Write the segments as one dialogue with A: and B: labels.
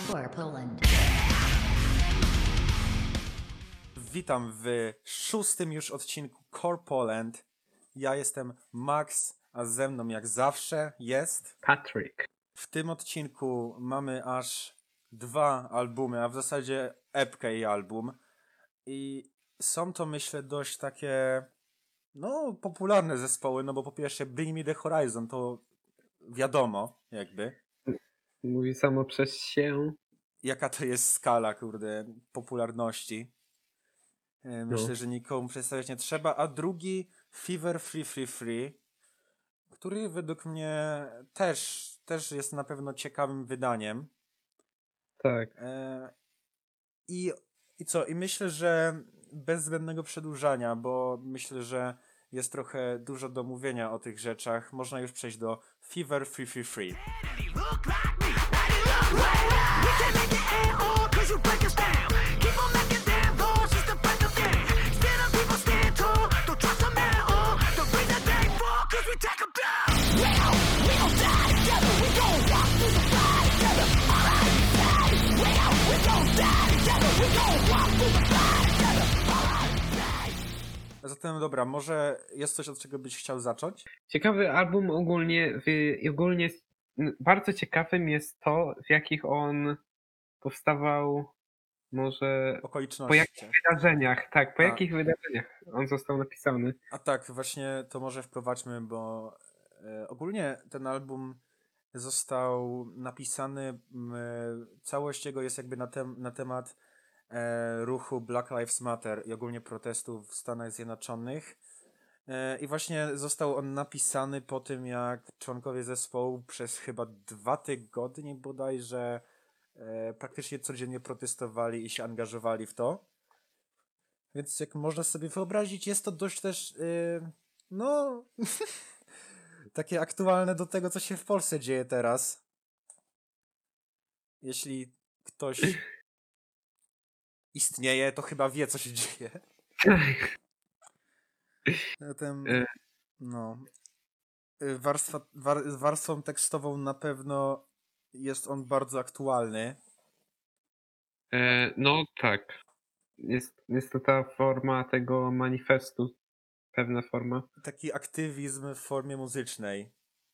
A: Core Poland.
B: Witam w 6. już odcinku Core Poland. Ja jestem Max, a ze mną jak zawsze jest
C: Patrick.
B: W tym odcinku mamy aż 2 albumy, a w zasadzie epkę i album. I są to, myślę, dość takie popularne zespoły, no bo po pierwsze Bring Me The Horizon to wiadomo jakby.
C: Mówi samo przez się.
B: Jaka to jest skala, kurde, popularności. Myślę, że nikomu przedstawiać nie trzeba. A drugi Fever Free Free Free, który według mnie też jest na pewno ciekawym wydaniem.
C: Tak.
B: I co? I myślę, że bez zbędnego przedłużania, bo myślę, że jest trochę dużo do mówienia o tych rzeczach. Można już przejść do Fever Free Free Free. Zatem dobra, może jest coś, od czego byś chciał zacząć?
C: Ciekawy album ogólnie bardzo ciekawym jest to, w jakich on powstawał, może po
B: Okoliczności.
C: jakich wydarzeniach, tak, po jakich wydarzeniach on został napisany.
B: A tak, właśnie to może wprowadźmy, bo ogólnie ten album został napisany, całość jego jest jakby na temat ruchu Black Lives Matter i ogólnie protestów w Stanach Zjednoczonych. I właśnie został on napisany po tym, jak członkowie zespołu przez chyba 2 tygodnie bodajże praktycznie codziennie protestowali i się angażowali w to. Więc jak można sobie wyobrazić, jest to dość też takie aktualne do tego, co się w Polsce dzieje teraz. Jeśli ktoś istnieje, to chyba wie, co się dzieje. Zatem, warstwą tekstową na pewno jest on bardzo aktualny.
C: No tak. Jest to ta forma tego manifestu, pewna forma.
B: Taki aktywizm w formie muzycznej.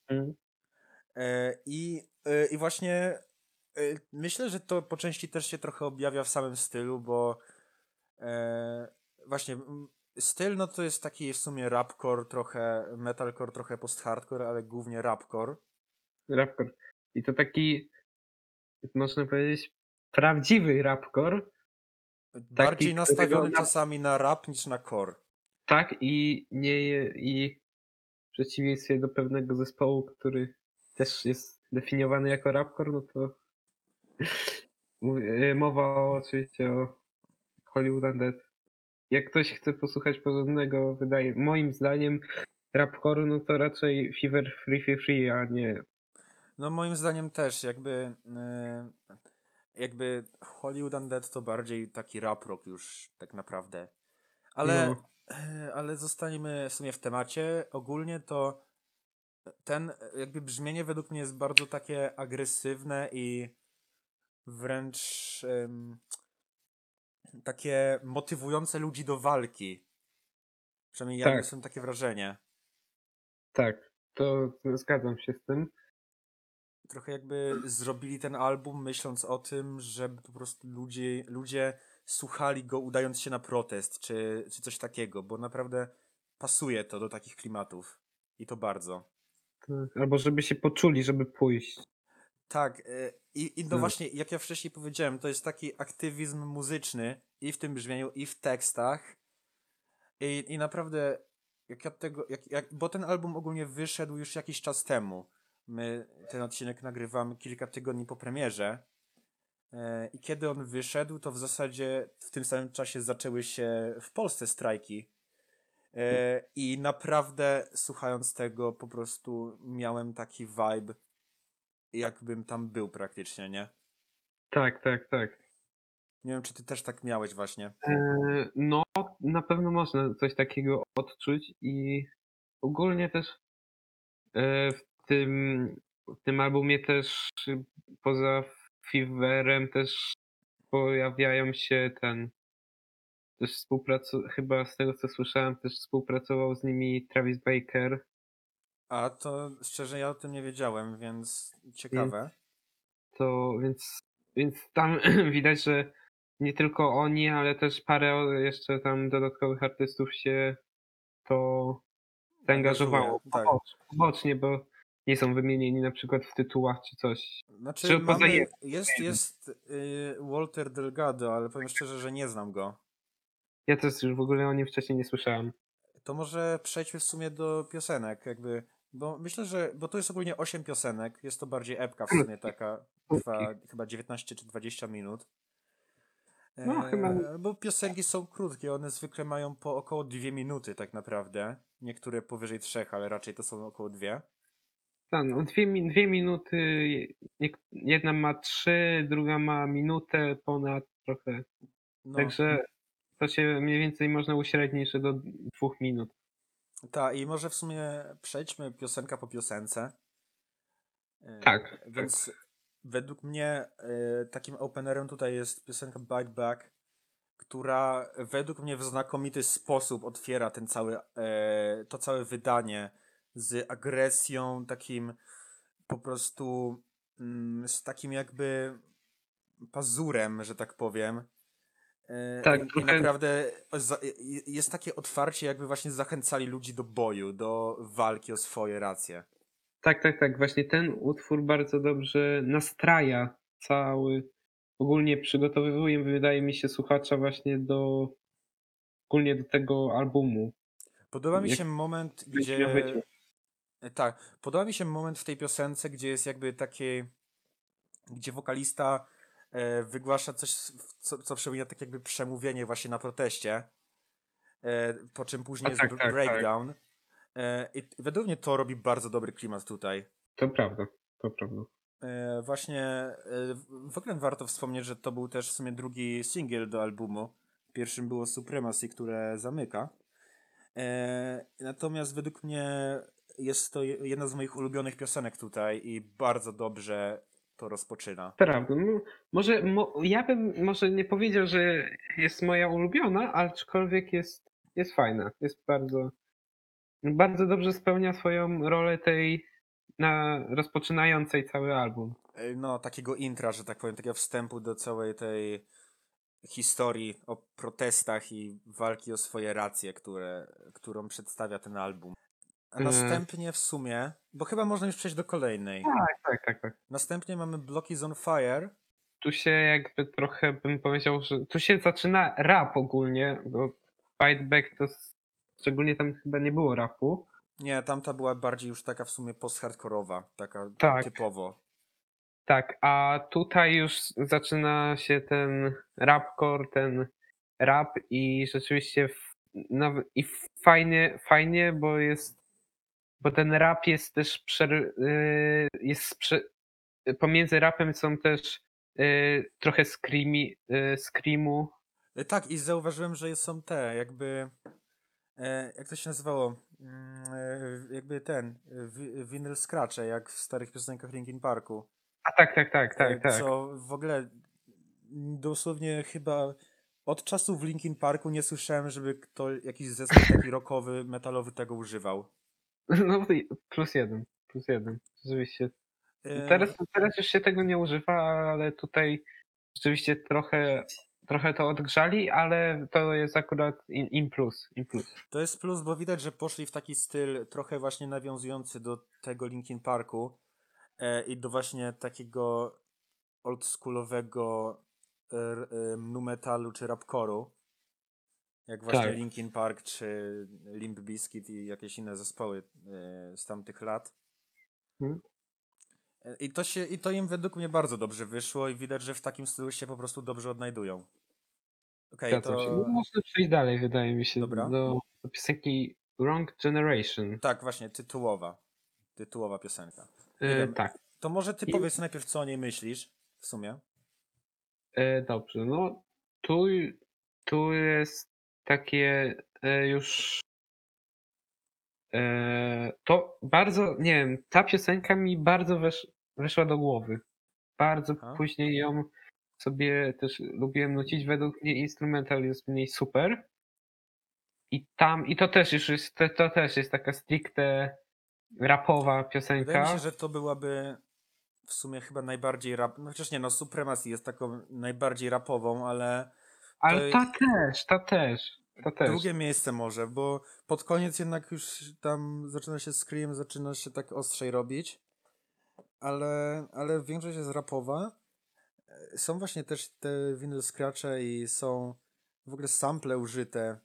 B: I właśnie myślę, że to po części też się trochę objawia w samym stylu, bo właśnie styl to jest taki w sumie rapcore, trochę metalcore, trochę post-hardcore, ale głównie rapcore.
C: Rapcore. I to taki, można powiedzieć, prawdziwy rapcore.
B: Bardziej nastawiony
C: którego
B: czasami na rap niż na core.
C: Tak, i w przeciwieństwie do pewnego zespołu, który też jest definiowany jako rapcore, no to mowa oczywiście o Hollywood Undead. Jak ktoś chce posłuchać porządnego, moim zdaniem, rapcore, no to raczej Fever Free Free Free, a nie.
B: No moim zdaniem też, jakby Hollywood Undead to bardziej taki rap rock już tak naprawdę. Ale zostaniemy w sumie w temacie. Ogólnie to ten jakby brzmienie według mnie jest bardzo takie agresywne i wręcz takie motywujące ludzi do walki. Przynajmniej ja mam takie wrażenie. Tak,
C: to zgadzam się z tym.
B: Trochę jakby zrobili ten album myśląc o tym, żeby po prostu ludzie słuchali go udając się na protest, czy coś takiego, bo naprawdę pasuje to do takich klimatów. I to bardzo.
C: Albo żeby się poczuli, żeby pójść.
B: Tak, i no właśnie, jak ja wcześniej powiedziałem, to jest taki aktywizm muzyczny i w tym brzmieniu, i w tekstach. I naprawdę, bo ten album ogólnie wyszedł już jakiś czas temu. My ten odcinek nagrywamy kilka tygodni po premierze. I kiedy on wyszedł, to w zasadzie w tym samym czasie zaczęły się w Polsce strajki. I naprawdę słuchając tego po prostu miałem taki vibe, jakbym tam był praktycznie, nie?
C: Tak.
B: Nie wiem, czy ty też tak miałeś właśnie.
C: No, na pewno można coś takiego odczuć i ogólnie też w tym albumie też poza Feverem też pojawiają się też chyba z tego co słyszałem, też współpracował z nimi Travis Baker,
B: A to szczerze ja o tym nie wiedziałem, więc
C: więc
B: ciekawe.
C: to, więc tam widać, że nie tylko oni, ale też parę jeszcze tam dodatkowych artystów się to
B: Angażuje,
C: zaangażowało
B: tak.
C: pobocznie, bo nie są wymienieni na przykład w tytułach czy coś.
B: Znaczy
C: Czy poza
B: mamy,
C: jednym.
B: jest Walter Delgado, ale powiem szczerze, że nie znam go.
C: Ja też już w ogóle o nim wcześniej nie słyszałem.
B: To może przejdźmy w sumie do piosenek, jakby, bo myślę, że, bo to jest ogólnie 8 piosenek, jest to bardziej epka w sumie taka,
C: Krótkich.
B: trwa chyba 19 czy 20 minut.
C: No chyba
B: Bo piosenki są krótkie, one zwykle mają po około 2 minuty tak naprawdę. Niektóre powyżej 3, ale raczej to są około 2.
C: no, dwie minuty, jedna ma 3, druga ma minutę ponad trochę.
B: No,
C: Także to się mniej więcej można uśrednić, że do 2 minut.
B: tak, i może w sumie przejdźmy piosenka po piosence.
C: Tak, tak.
B: Więc według mnie takim openerem tutaj jest piosenka Bite Back, która według mnie w znakomity sposób otwiera to całe wydanie z agresją, takim po prostu z takim jakby pazurem, że tak powiem.
C: Tak,
B: I
C: trochę.
B: naprawdę jest takie otwarcie, jakby właśnie zachęcali ludzi do boju, do walki o swoje racje.
C: Tak. Właśnie ten utwór bardzo dobrze nastraja ogólnie przygotowuje, wydaje mi się, słuchacza właśnie ogólnie do tego albumu.
B: Podoba mi
C: Jak
B: się moment,
C: będzie miał
B: gdzie
C: wyciąg.
B: Tak, podoba mi się moment w tej piosence, gdzie jest jakby taki, gdzie wokalista wygłasza coś, co przypomina tak jakby przemówienie właśnie na proteście, po czym później
C: A
B: jest
C: tak.
B: breakdown. I według mnie to robi bardzo dobry klimat tutaj.
C: To prawda, to prawda.
B: Właśnie w ogóle warto wspomnieć, że to był też w sumie drugi singiel do albumu. Pierwszym było Supremacy, które zamyka. Natomiast według mnie jest to jedna z moich ulubionych piosenek tutaj i bardzo dobrze to rozpoczyna.
C: Prawda. No, ja bym może nie powiedział, że jest moja ulubiona, aczkolwiek jest fajna. Jest bardzo dobrze spełnia swoją rolę tej rozpoczynającej cały album.
B: No, takiego intra, że tak powiem, takiego wstępu do całej tej historii o protestach i walki o swoje racje, którą przedstawia ten album. A
C: E,
B: następnie w sumie, bo chyba można już przejść do kolejnej.
C: tak.
B: Następnie mamy Block is on Fire.
C: Tu się jakby trochę bym powiedział, że tu się zaczyna rap ogólnie, bo Fight Back szczególnie tam chyba nie było rapu.
B: Nie, tamta była bardziej już taka w sumie post-hardkorowa, taka
C: Tak,
B: typowo.
C: tak, a tutaj już zaczyna się ten rapcore, ten rap i rzeczywiście fajnie, bo ten rap jest też pomiędzy rapem są też trochę screamu.
B: Tak, i zauważyłem, że są te, jakby. Jak to się nazywało? Jakby vinyl scratche, jak w starych piosenkach Linkin Parku.
C: A tak.
B: Co w ogóle dosłownie chyba od czasów Linkin Parku nie słyszałem, żeby jakiś zespół taki rockowy, metalowy tego używał.
C: No plus jeden, rzeczywiście.
B: E,
C: Teraz już się tego nie używa, ale tutaj rzeczywiście trochę to odgrzali, ale to jest akurat in plus.
B: To jest plus, bo widać, że poszli w taki styl trochę właśnie nawiązujący do tego Linkin Parku i do właśnie takiego oldschoolowego nu metalu czy rapcore'u, jak właśnie
C: Tak.
B: Linkin Park czy Limp Bizkit i jakieś inne zespoły z tamtych lat.
C: Mhm.
B: I to im według mnie bardzo dobrze wyszło i widać, że w takim stylu się po prostu dobrze odnajdują. Okej,
C: Zgadzam się. No,
B: to
C: można przejść dalej, wydaje mi się,
B: dobra.
C: do piosenki Wrong Generation.
B: Tak, właśnie, tytułowa piosenka. Nie wiem,
C: Tak.
B: to może ty
C: I,
B: powiedz najpierw, co o niej myślisz w sumie.
C: dobrze, no tu, tu jest takie już to bardzo, nie wiem, ta piosenka mi bardzo weszła do głowy. bardzo
B: Aha.
C: później ją sobie też lubiłem nucić. Według mnie instrumental jest w niej super. I to też już jest, to też jest taka stricte rapowa
B: Wydaje mi się,
C: piosenka.
B: że to byłaby w sumie chyba najbardziej rap... No chociaż nie, no Supremacy jest taką najbardziej rapową, ale to
C: Ale ta też.
B: drugie miejsce może, bo pod koniec jednak już tam zaczyna się Scream, zaczyna się tak ostrzej robić, ale większość jest rapowa. Są właśnie też te vinyl scratche i są w ogóle sample użyte,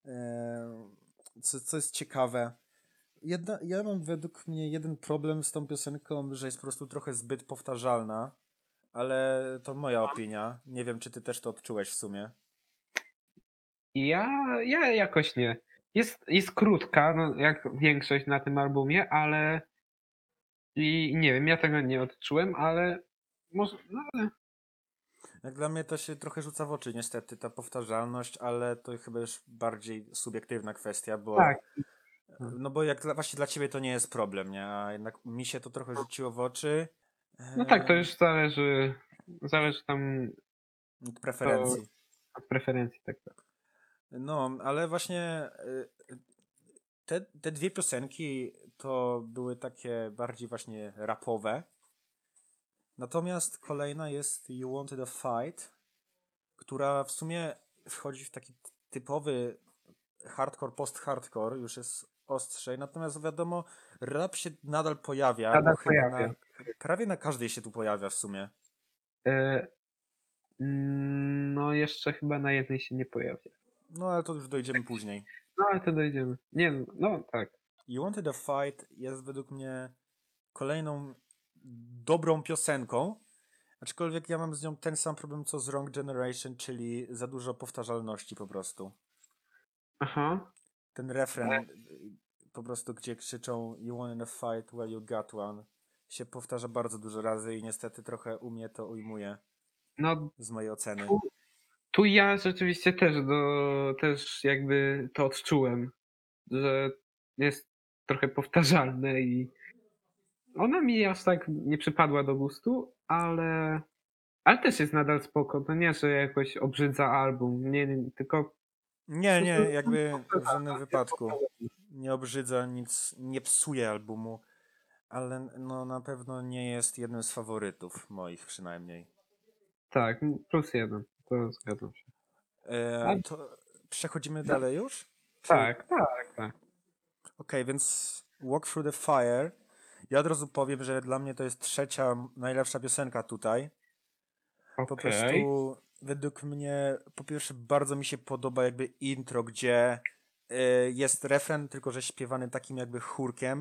B: co jest ciekawe. Ja mam według mnie jeden problem z tą piosenką, że jest po prostu trochę zbyt powtarzalna, ale to moja opinia. Nie wiem, czy ty też to odczułeś w sumie.
C: Ja, ja jakoś nie. Jest krótka, no, jak większość na tym albumie, ale i nie wiem, ja tego nie odczułem, ale może, no,
B: Jak dla mnie to się trochę rzuca w oczy niestety ta powtarzalność, ale to chyba już bardziej subiektywna kwestia, bo
C: tak.
B: no bo jak właśnie dla ciebie to nie jest problem, nie? A jednak mi się to trochę rzuciło w oczy.
C: No tak, to
B: Em,
C: już zależy tam
B: Od
C: to
B: preferencji.
C: od preferencji, tak, tak.
B: No, ale właśnie te dwie piosenki to były takie bardziej właśnie rapowe. Natomiast kolejna jest You Wanted a Fight, która w sumie wchodzi w taki typowy hardcore, post-hardcore, już jest ostrzej. Natomiast wiadomo, rap się nadal pojawia, bo
C: Nadal
B: chyba
C: pojawia.
B: prawie na każdej się tu pojawia w sumie.
C: E, no jeszcze chyba na jednej się nie pojawia.
B: No ale to już dojdziemy później.
C: No ale to dojdziemy. Nie, no tak.
B: You Wanted a Fight jest według mnie kolejną dobrą piosenką, aczkolwiek ja mam z nią ten sam problem co z Wrong Generation, czyli za dużo powtarzalności po prostu.
C: Aha.
B: Ten refren po prostu, gdzie krzyczą You wanted a fight, well you got one, się powtarza bardzo dużo razy i niestety trochę u mnie to ujmuje
C: No
B: z mojej oceny.
C: tu ja rzeczywiście też jakby to odczułem, że jest trochę powtarzalne i ona mi aż tak nie przypadła do gustu, ale też jest nadal spoko. To nie, że jakoś obrzydza album, nie, tylko po
B: Nie,
C: prostu
B: jakby w żadnym
C: jest
B: wypadku
C: powtarzalna.
B: nie obrzydza, nic nie psuje albumu, ale no na pewno nie jest jednym z faworytów moich przynajmniej.
C: Tak, +1, to zgadzam się. A,
B: To przechodzimy dalej już? Czy...
C: tak, tak, tak.
B: Okej, więc Walk Through the Fire. Ja od razu powiem, że dla mnie to jest trzecia najlepsza piosenka tutaj. Po
C: Okej.
B: prostu według mnie, po pierwsze bardzo mi się podoba jakby intro, gdzie jest refren, tylko że śpiewany takim jakby chórkiem.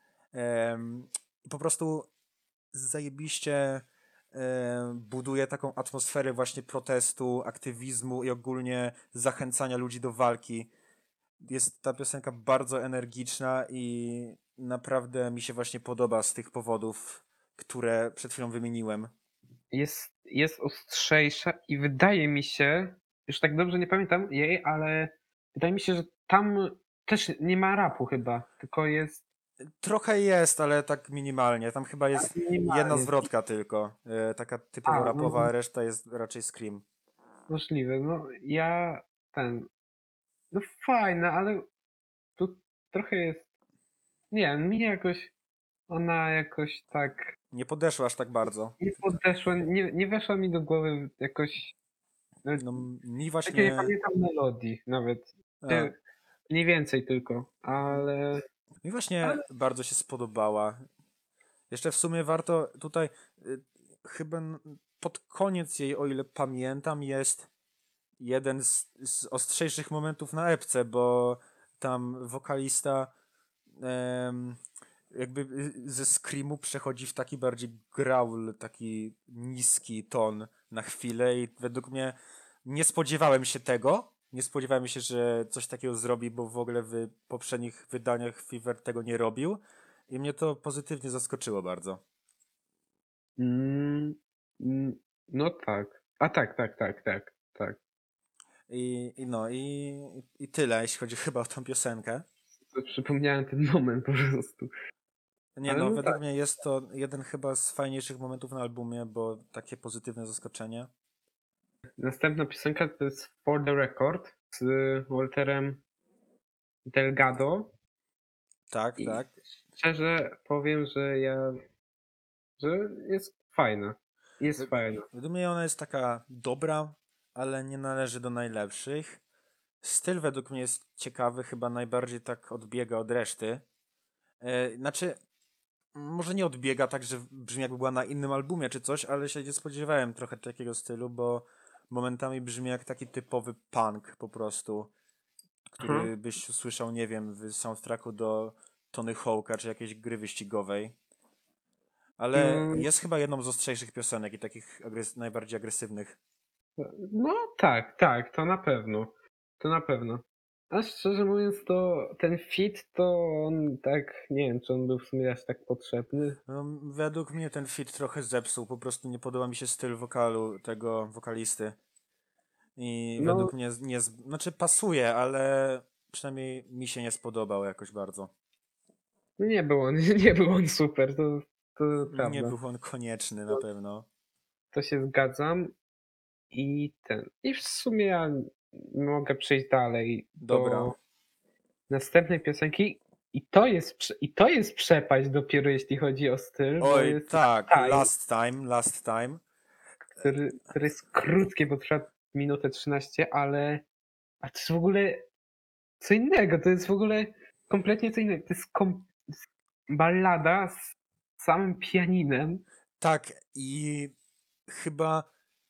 B: Po prostu zajebiście buduje taką atmosferę właśnie protestu, aktywizmu i ogólnie zachęcania ludzi do walki. Jest ta piosenka bardzo energiczna i naprawdę mi się właśnie podoba z tych powodów, które przed chwilą wymieniłem.
C: Jest ostrzejsza i wydaje mi się, już tak dobrze nie pamiętam jej, ale wydaje mi się, że tam też nie ma rapu chyba, tylko jest
B: Trochę jest, ale tak minimalnie. Tam chyba
C: tak
B: jest jedna
C: minimalnie.
B: zwrotka tylko, taka typowo
C: No
B: rapowa, a reszta jest raczej scream.
C: możliwe. No ja no fajne, ale tu trochę jest, nie wiem, mi jakoś ona jakoś tak
B: Nie podeszła aż tak bardzo.
C: nie podeszła, nie weszła mi do głowy jakoś, nawet
B: No mi
C: takie nie
B: właśnie,
C: pamiętam melodii nawet.
B: a,
C: Mniej więcej tylko,
B: mi właśnie
C: ale
B: bardzo się spodobała. Jeszcze w sumie warto tutaj, chyba pod koniec jej, o ile pamiętam, jest jeden z ostrzejszych momentów na epce, bo tam wokalista jakby ze screamu przechodzi w taki bardziej growl, taki niski ton na chwilę i według mnie nie spodziewałem się tego. Nie spodziewałem się, że coś takiego zrobi, bo w ogóle w poprzednich wydaniach Fever tego nie robił i mnie to pozytywnie zaskoczyło bardzo.
C: Mm, no tak. A tak.
B: I tyle, jeśli chodzi chyba o tą piosenkę.
C: To przypomniałem ten moment po prostu.
B: Nie
C: Ale
B: no,
C: no
B: według
C: tak.
B: mnie jest to jeden chyba z fajniejszych momentów na albumie, bo takie pozytywne zaskoczenie.
C: Następna piosenka to jest For the Record z Walterem Delgado
B: Tak,
C: i
B: tak.
C: szczerze powiem, że jest fajna. Jest fajna.
B: Według mnie ona jest taka dobra, ale nie należy do najlepszych. Styl według mnie jest ciekawy, chyba najbardziej tak odbiega od reszty. Znaczy, może nie odbiega tak, że brzmi jakby była na innym albumie czy coś, ale się nie spodziewałem trochę takiego stylu, bo momentami brzmi jak taki typowy punk po prostu,
C: Aha.
B: który byś usłyszał, nie wiem, w soundtracku do Tony Hawk'a czy jakiejś gry wyścigowej. Ale
C: Mm,
B: jest chyba jedną z ostrzejszych piosenek i takich najbardziej agresywnych.
C: no tak, tak, to na pewno. To na pewno. A szczerze mówiąc, to ten fit, to on tak, nie wiem, czy on był w sumie aż tak potrzebny.
B: No, według mnie ten fit trochę zepsuł, po prostu nie podoba mi się styl wokalu tego wokalisty. I
C: No,
B: według mnie nie, znaczy pasuje, ale przynajmniej mi się nie spodobał jakoś bardzo.
C: no nie był on, nie był on super, to
B: Nie
C: prawda.
B: był on konieczny na
C: To,
B: pewno.
C: to się zgadzam. I w sumie ja mogę przejść dalej
B: Dobra.
C: do następnej piosenki. I to jest przepaść dopiero jeśli chodzi o styl, bo
B: Oj,
C: jest
B: tak,
C: Time,
B: last time.
C: który jest krótkie, bo trwa minutę 13, ale a to jest w ogóle co innego. To jest w ogóle kompletnie co innego. To jest ballada z samym pianinem.
B: Tak, i chyba,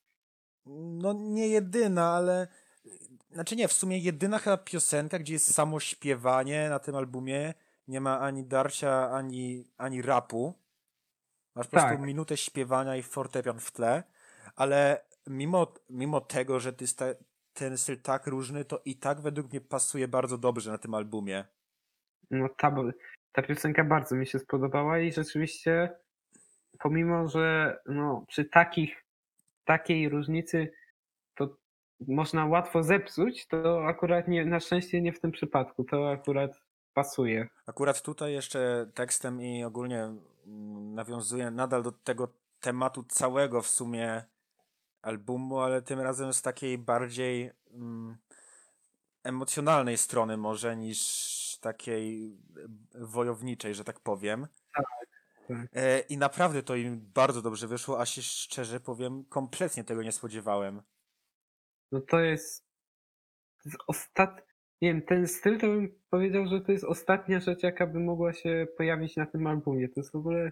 B: no nie jedyna, ale, znaczy nie, w sumie jedyna chyba piosenka, gdzie jest samo śpiewanie na tym albumie. Nie ma ani darcia, ani rapu. Masz po prostu
C: Tak.
B: minutę śpiewania i fortepian w tle, ale mimo tego, że to jest ten styl tak różny, to i tak według mnie pasuje bardzo dobrze na tym albumie.
C: No ta piosenka bardzo mi się spodobała i rzeczywiście pomimo, że no, przy takiej różnicy to można łatwo zepsuć, to akurat nie, na szczęście nie w tym przypadku. To akurat pasuje.
B: Akurat tutaj jeszcze tekstem i ogólnie nawiązuje nadal do tego tematu całego w sumie albumu, ale tym razem z takiej bardziej emocjonalnej strony może niż takiej wojowniczej, że tak powiem.
C: Tak.
B: I naprawdę to im bardzo dobrze wyszło, a się szczerze powiem, kompletnie tego nie spodziewałem.
C: No to jest nie wiem, ten styl to bym powiedział, że to jest ostatnia rzecz, jaka by mogła się pojawić na tym albumie. To jest w ogóle,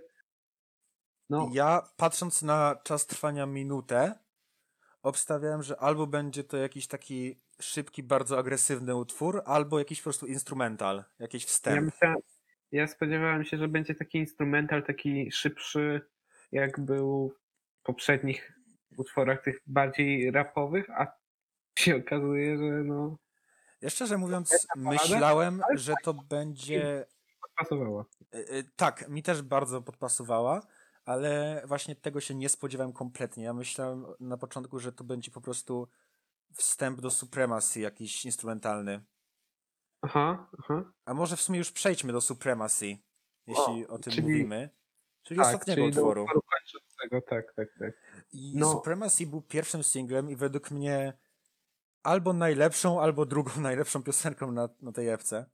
C: no,
B: Ja, patrząc na czas trwania minutę, obstawiałem, że albo będzie to jakiś taki szybki, bardzo agresywny utwór, albo jakiś po prostu instrumental, jakiś
C: ja
B: wstęp.
C: myślałem, ja spodziewałem się, że będzie taki instrumental, taki szybszy, jak był w poprzednich utworach tych bardziej rapowych, a się okazuje, że no,
B: Ja szczerze mówiąc,
C: balada,
B: myślałem,
C: ale
B: że to będzie.
C: pasowała.
B: Tak, mi też bardzo podpasowała, ale właśnie tego się nie spodziewałem kompletnie. Ja myślałem na początku, że to będzie po prostu wstęp do Supremacy jakiś instrumentalny.
C: Aha, aha.
B: A może w sumie już przejdźmy do Supremacy,
C: O,
B: jeśli o tym
C: czyli
B: mówimy. Czyli
C: tak,
B: ostatniego
C: czyli do
B: utworu.
C: utworu kończącego, tak, tak, tak.
B: I
C: No,
B: Supremacy był pierwszym singlem i według mnie albo najlepszą, albo drugą najlepszą piosenką na tej epce.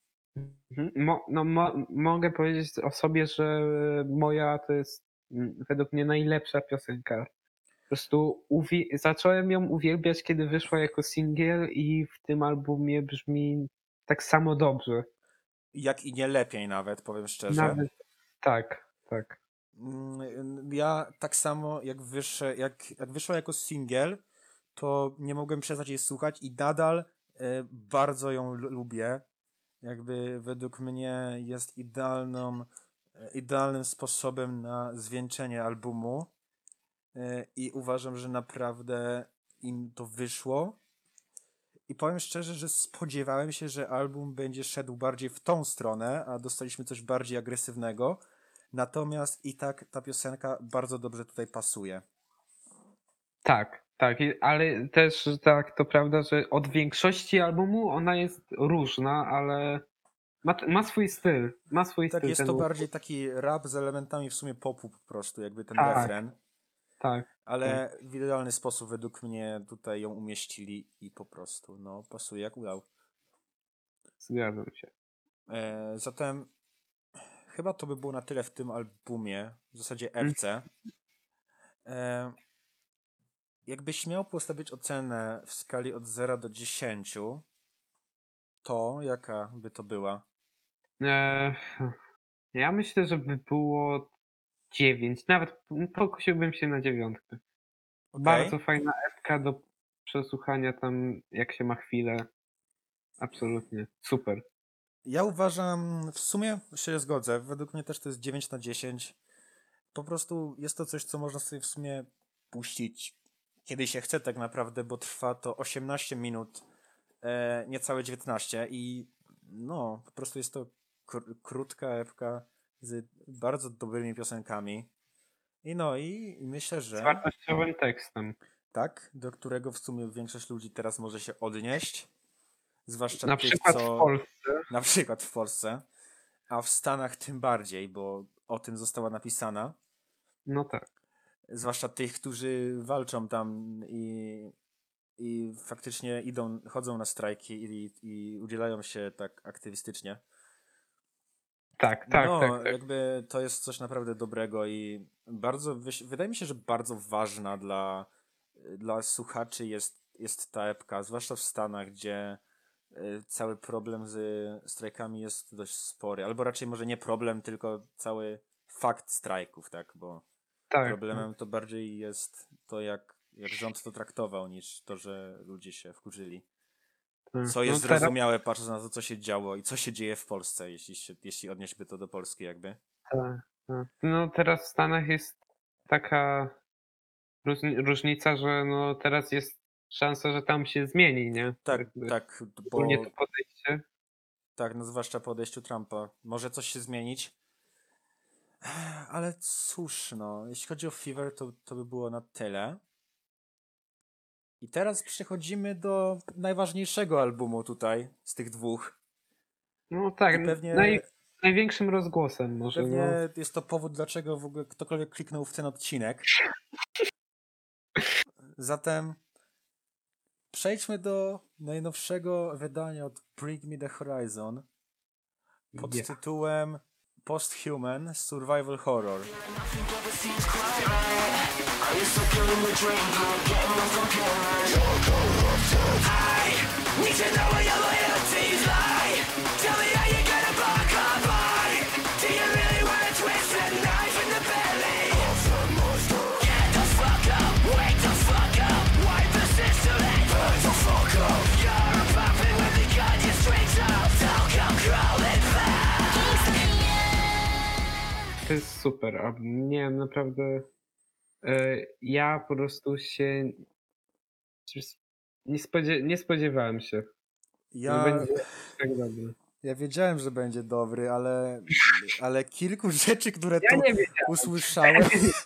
C: mogę powiedzieć o sobie, że moja to jest według mnie najlepsza piosenka. Po prostu zacząłem ją uwielbiać, kiedy wyszła jako singiel i w tym albumie brzmi tak samo dobrze.
B: Jak i nie lepiej nawet, powiem szczerze.
C: Nawet tak, tak.
B: Ja tak samo jak wyszła jako singiel, to nie mogłem przestać jej słuchać i nadal bardzo ją lubię. Jakby według mnie jest idealnym sposobem na zwieńczenie albumu i uważam, że naprawdę im to wyszło. I powiem szczerze, że spodziewałem się, że album będzie szedł bardziej w tą stronę, a dostaliśmy coś bardziej agresywnego. Natomiast i tak ta piosenka bardzo dobrze tutaj pasuje.
C: Tak, tak, ale też tak, to prawda, że od większości albumu ona jest różna, ale Ma swój styl. Ma swój
B: Tak,
C: styl
B: jest
C: ten
B: to
C: utwór.
B: bardziej taki rap z elementami w sumie popu po prostu, jakby ten
C: Tak,
B: refren.
C: tak, tak.
B: Ale w idealny sposób według mnie tutaj ją umieścili i po prostu, no, pasuje jak udał.
C: Zgadzam się.
B: Zatem chyba to by było na tyle w tym albumie, w zasadzie
C: Mm.
B: epce. Jakbyś miał postawić ocenę w skali od 0 do 10, to jaka by to była?
C: E, Ja myślę, że by było 9. Nawet pokusiłbym się na 9.
B: Okej.
C: Bardzo fajna epka do przesłuchania tam, jak się ma chwilę. Absolutnie. Super.
B: Ja uważam, w sumie się zgodzę, według mnie też to jest 9 na 10. Po prostu jest to coś, co można sobie w sumie puścić kiedy się chce tak naprawdę, bo trwa to 18 minut, niecałe 19 i no, po prostu jest to krótka epka z bardzo dobrymi piosenkami. I no, i myślę,
C: Z
B: że
C: wartościowym tekstem.
B: tak, do którego w sumie większość ludzi teraz może się odnieść, zwłaszcza
C: Na
B: tych,
C: przykład w
B: co
C: Polsce.
B: na przykład w Polsce, a w Stanach tym bardziej, bo o tym została napisana.
C: No tak.
B: Zwłaszcza tych, którzy walczą tam i faktycznie chodzą na strajki i udzielają się tak aktywistycznie.
C: Tak.
B: No, jakby to jest coś naprawdę dobrego i bardzo, wydaje mi się, że bardzo ważna dla słuchaczy jest ta epka, zwłaszcza w Stanach, gdzie cały problem z strajkami jest dość spory. Albo raczej może nie problem, tylko cały fakt strajków, tak? Bo
C: Tak.
B: problemem to bardziej jest to, jak rząd to traktował, niż to, że ludzie się wkurzyli. Co jest
C: teraz,
B: zrozumiałe, patrząc na to, co się działo i co się dzieje w Polsce, jeśli odnieśmy to do Polski jakby.
C: tak. No teraz w Stanach jest taka różnica, że no teraz jest szansa, że tam się zmieni, nie?
B: Tak,
C: Jakby
B: tak,
C: ogólnie
B: bo
C: to podejście.
B: tak, no zwłaszcza po odejściu Trumpa. Może coś się zmienić. Ale cóż, no, jeśli chodzi o Fever, to by było na tyle. I teraz przechodzimy do najważniejszego albumu tutaj, z tych dwóch.
C: No tak,
B: I pewnie,
C: największym rozgłosem może.
B: pewnie
C: No.
B: jest to powód, dlaczego w ogóle ktokolwiek kliknął w ten odcinek. Zatem przejdźmy do najnowszego wydania od Bring Me The Horizon pod
C: Yeah.
B: tytułem Posthuman Survival Horror.
C: To jest super album. Nie wiem, naprawdę ja po prostu się nie spodziewałem się, że
B: Ja,
C: będzie tak dobry.
B: ja wiedziałem, że będzie dobry, ale kilku rzeczy, które
C: Ja
B: tu
C: nie wiedziałem.
B: usłyszałem.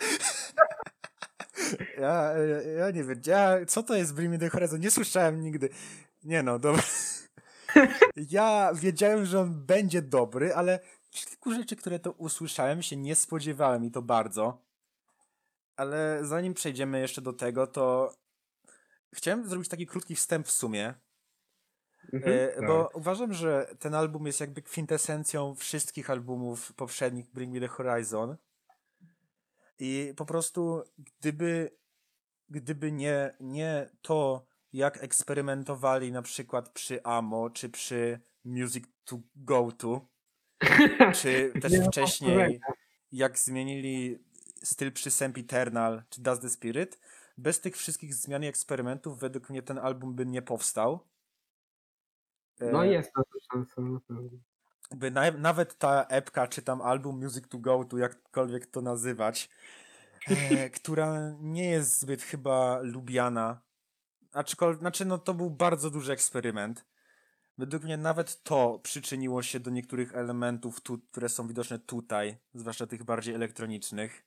B: Ja nie wiem, co to jest Bring Me The Horizon? Nie słyszałem nigdy. Nie no, dobra. Ja wiedziałem, że on będzie dobry, ale kilku rzeczy, które to usłyszałem, się nie spodziewałem i to bardzo. Ale zanim przejdziemy jeszcze do tego, to chciałem zrobić taki krótki wstęp w sumie, bo uważam, że ten album jest jakby kwintesencją wszystkich albumów poprzednich Bring Me The Horizon i po prostu gdyby nie to, jak eksperymentowali na przykład przy Amo, czy przy Music To Go To, czy też wcześniej, jak zmienili styl przy Sempiternal, czy Does The Spirit, bez tych wszystkich zmian i eksperymentów według mnie ten album by nie powstał.
C: No jest na to szansa. Naprawdę.
B: Nawet ta epka, czy tam album Music To Go To, jakkolwiek to nazywać, która nie jest zbyt chyba lubiana, aczkolwiek, znaczy no to był bardzo duży eksperyment. Według mnie nawet to przyczyniło się do niektórych elementów, które są widoczne tutaj, zwłaszcza tych bardziej elektronicznych.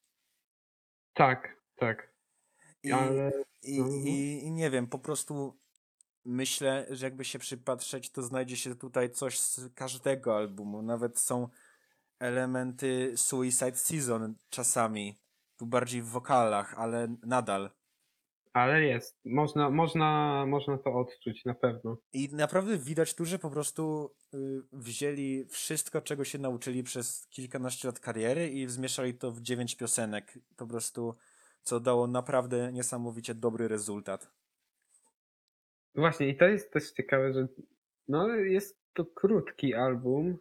C: Tak.
B: I,
C: Ale
B: i nie wiem, po prostu myślę, że jakby się przypatrzeć, to znajdzie się tutaj coś z każdego albumu. Nawet są elementy Suicide Season czasami. Tu bardziej w wokalach, ale nadal.
C: Ale jest. Można to odczuć na pewno.
B: I naprawdę widać tu, że po prostu wzięli wszystko, czego się nauczyli przez kilkanaście lat kariery i zmieszali to w 9 piosenek. Po prostu, co dało naprawdę niesamowicie dobry rezultat.
C: Właśnie, i to jest też ciekawe, że no jest to krótki album,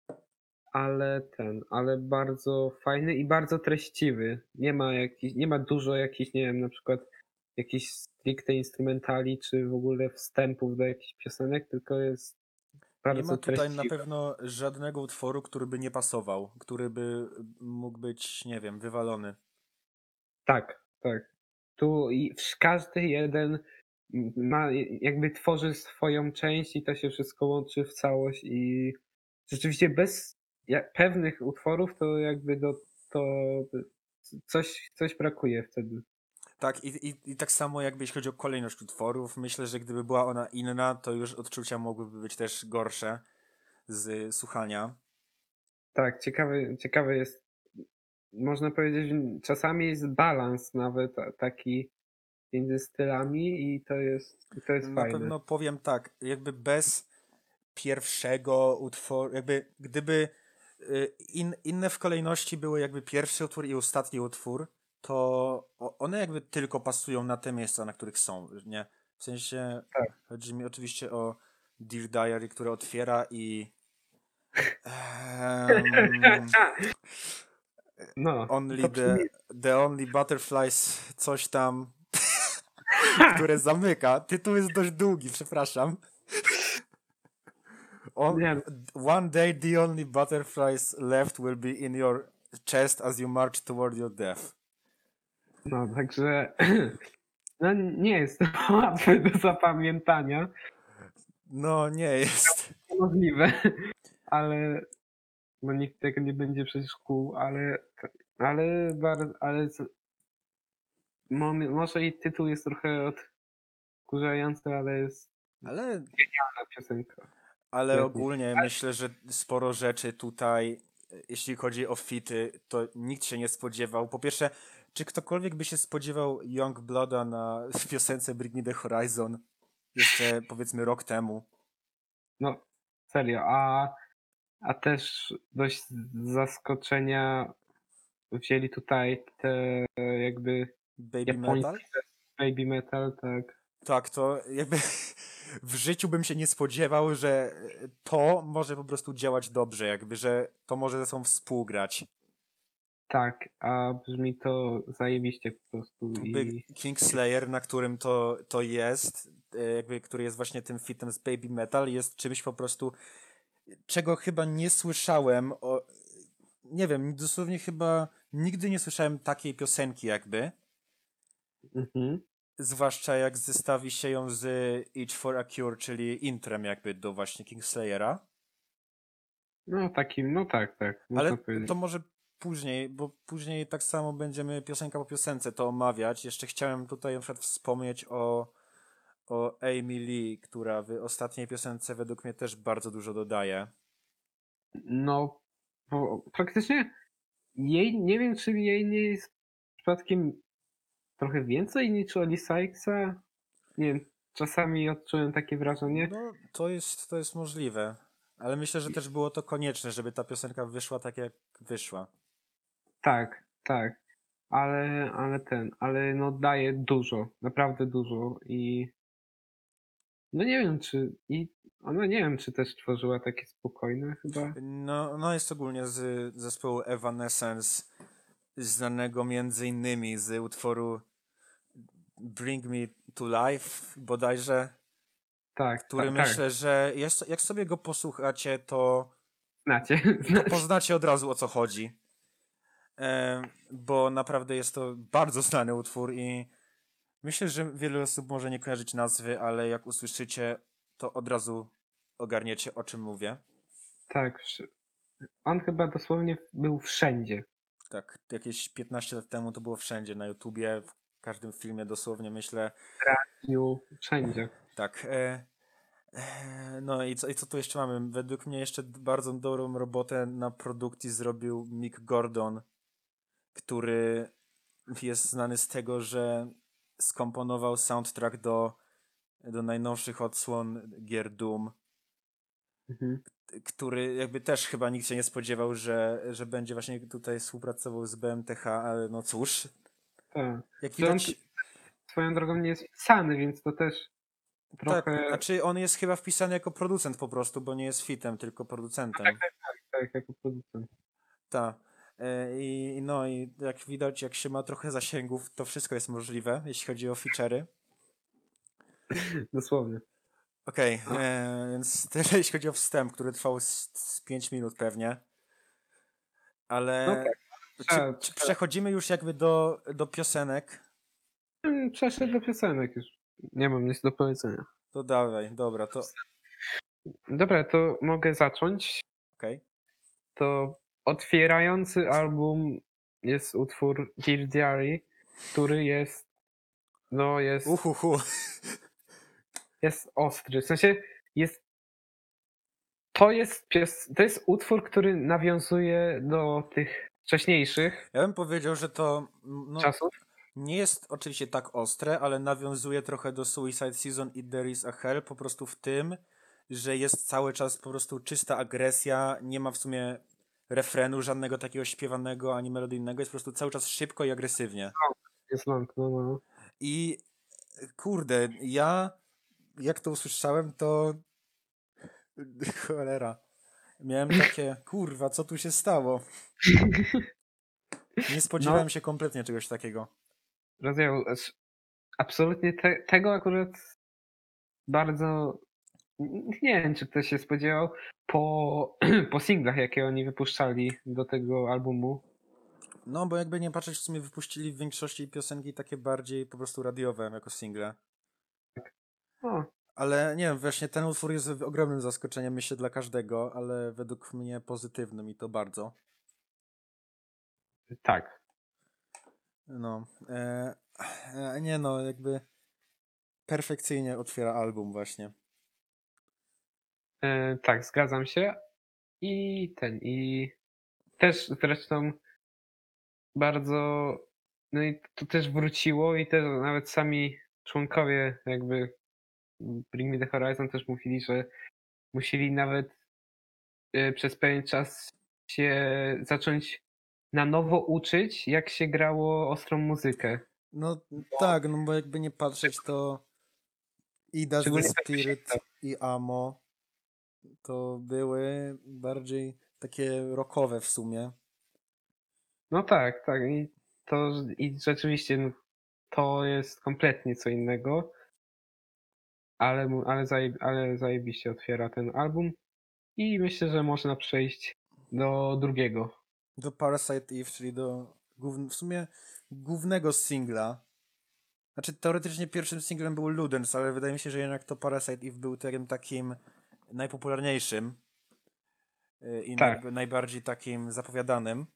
C: ale bardzo fajny i bardzo treściwy. Nie ma dużo jakichś, nie wiem, na przykład jakichś stricte instrumentali, czy w ogóle wstępów do jakichś piosenek, tylko jest
B: Nie ma
C: bardzo
B: tutaj na
C: treściwy.
B: pewno żadnego utworu, który by nie pasował, który by mógł być, nie wiem, wywalony.
C: Tak, tak. Tu każdy jeden ma, jakby tworzy swoją część i to się wszystko łączy w całość i rzeczywiście bez pewnych utworów to jakby to coś brakuje wtedy.
B: Tak, i tak samo jakby jeśli chodzi o kolejność utworów, myślę, że gdyby była ona inna, to już odczucia mogłyby być też gorsze z słuchania.
C: Tak, ciekawe jest, można powiedzieć, że czasami jest balans nawet taki między stylami i to jest
B: Na
C: fajne.
B: pewno powiem tak, jakby bez pierwszego utworu, jakby gdyby inne w kolejności były jakby pierwszy utwór i ostatni utwór, to one jakby tylko pasują na te miejsca, na których są, nie? W sensie
C: Tak.
B: chodzi mi oczywiście o Dear Diary, które otwiera i em,
C: No,
B: only
C: to brzmi.
B: the Only Butterflies coś tam, które zamyka. Tytuł jest dość długi, przepraszam.
C: Nie,
B: One day the only butterflies left will be in your chest as you march toward your death.
C: no, także no, nie jest to łatwe do zapamiętania,
B: No, nie jest.
C: możliwe, ale no nikt tego nie będzie przecież kłuł, ale może i tytuł jest trochę odkurzający, ale jest
B: Ale,
C: fajna piosenka.
B: ale
C: Jak nie.
B: ogólnie myślę, że sporo rzeczy tutaj, jeśli chodzi o fity, to nikt się nie spodziewał. Po pierwsze, czy ktokolwiek by się spodziewał Youngblooda na piosence Bring Me The Horizon jeszcze powiedzmy rok temu?
C: No, serio, a też dość z zaskoczenia wzięli tutaj te jakby
B: Baby Metal?
C: japoński baby metal, tak.
B: Tak, to jakby w życiu bym się nie spodziewał, że to może po prostu działać dobrze, jakby, że to może ze sobą współgrać.
C: Tak, a brzmi to zajebiście po prostu
B: Jakby
C: i
B: Kingslayer, na którym to jest, jakby, który jest właśnie tym fitem z Baby Metal, jest czymś po prostu, czego chyba nie słyszałem, nie wiem, dosłownie chyba nigdy nie słyszałem takiej piosenki jakby,
C: mhm.
B: zwłaszcza jak zestawi się ją z Itch for a Cure, czyli intrem jakby do właśnie Kingslayera.
C: No takim, no tak,
B: Ale
C: można powiedzieć.
B: to może później, bo później tak samo będziemy piosenka po piosence to omawiać. Jeszcze chciałem tutaj na przykład wspomnieć o Amy Lee, która w ostatniej piosence według mnie też bardzo dużo dodaje.
C: No, bo praktycznie nie wiem, czy jej nie jest przypadkiem trochę więcej niż Oli Sykesa. Nie wiem, czasami odczułem takie wrażenie.
B: No, to jest możliwe. Ale myślę, że też było to konieczne, żeby ta piosenka wyszła tak, jak wyszła.
C: Tak, ale no daje dużo, naprawdę dużo i no nie wiem, ona nie wiem, czy też tworzyła takie spokojne chyba.
B: No jest ogólnie z zespołu Evanescence, znanego między innymi z utworu Bring Me to Life, bodajże, który
C: Tak,
B: myślę, że jak sobie go posłuchacie, to
C: znacie,
B: poznacie od razu, o co chodzi. Bo naprawdę jest to bardzo znany utwór i myślę, że wiele osób może nie kojarzyć nazwy, ale jak usłyszycie, to od razu ogarniecie, o czym mówię.
C: tak, on chyba dosłownie był wszędzie.
B: Tak, jakieś 15 lat temu to było wszędzie, na YouTubie, w każdym filmie dosłownie, myślę.
C: Wszędzie.
B: Tak. No i co tu jeszcze mamy? Według mnie jeszcze bardzo dobrą robotę na produkcji zrobił Mick Gordon, który jest znany z tego, że skomponował soundtrack do najnowszych odsłon gier Doom,
C: Mhm.
B: który jakby też chyba nikt się nie spodziewał, że będzie właśnie tutaj współpracował z BMTH, ale no cóż,
C: Tak.
B: jak
C: Czy on
B: widać,
C: swoją drogą nie jest wpisany, więc to też
B: tak,
C: trochę.
B: znaczy on jest chyba wpisany jako producent po prostu, bo nie jest fitem, tylko producentem.
C: Tak, jako producent.
B: Tak. I jak widać, jak się ma trochę zasięgów, to wszystko jest możliwe, jeśli chodzi o feature'y.
C: Dosłownie.
B: Okej, więc tyle jeśli chodzi o wstęp, który trwał z 5 minut pewnie.
C: No
B: Ale
C: tak.
B: czy przechodzimy już jakby do piosenek?
C: Przeszedł do piosenek już. Nie mam nic do powiedzenia.
B: To dawaj, dobra, to
C: Dobra, to mogę zacząć.
B: okej.
C: To otwierający album jest utwór Dear Diary, który jest, no
B: Uhuhu.
C: jest ostry. W sensie to jest utwór, który nawiązuje do tych wcześniejszych
B: Ja bym powiedział, że to no,
C: czasów.
B: nie jest oczywiście tak ostre, ale nawiązuje trochę do Suicide Season i There is a Hell, po prostu w tym, że jest cały czas po prostu czysta agresja, nie ma w sumie refrenu żadnego takiego śpiewanego ani melodyjnego, jest po prostu cały czas szybko i agresywnie.
C: Jest long, no.
B: I kurde, ja jak to usłyszałem, to cholera. Miałem takie, kurwa, co tu się stało? Nie
C: No,
B: spodziewałem się kompletnie czegoś takiego.
C: rozumiem. Absolutnie tego akurat bardzo. Nie wiem, czy ktoś się spodziewał po singlach, jakie oni wypuszczali do tego albumu.
B: No, bo jakby nie patrzeć, w sumie wypuścili w większości piosenki takie bardziej po prostu radiowe, jako single.
C: O,
B: Ale nie wiem, właśnie ten utwór jest ogromnym zaskoczeniem, myślę, dla każdego, ale według mnie pozytywnym i to bardzo.
C: tak.
B: No, nie no, jakby perfekcyjnie otwiera album właśnie.
C: Tak, zgadzam się. I też zresztą bardzo, no i to też wróciło i też nawet sami członkowie jakby Bring Me The Horizon też mówili, że musieli nawet przez pewien czas się zacząć na nowo uczyć, jak się grało ostrą muzykę.
B: No tak, no bo jakby nie patrzeć, to i Does the
C: Szczególnie
B: Spirit
C: perkusista.
B: i Amo to były bardziej takie rockowe w sumie.
C: No tak, tak. I rzeczywiście no, to jest kompletnie co innego, ale zajebiście otwiera ten album i myślę, że można przejść do drugiego.
B: Do Parasite Eve, czyli do w sumie głównego singla. Znaczy teoretycznie pierwszym singlem był Ludens, ale wydaje mi się, że jednak to Parasite Eve był takim najpopularniejszym i
C: Tak,
B: najbardziej takim zapowiadanym.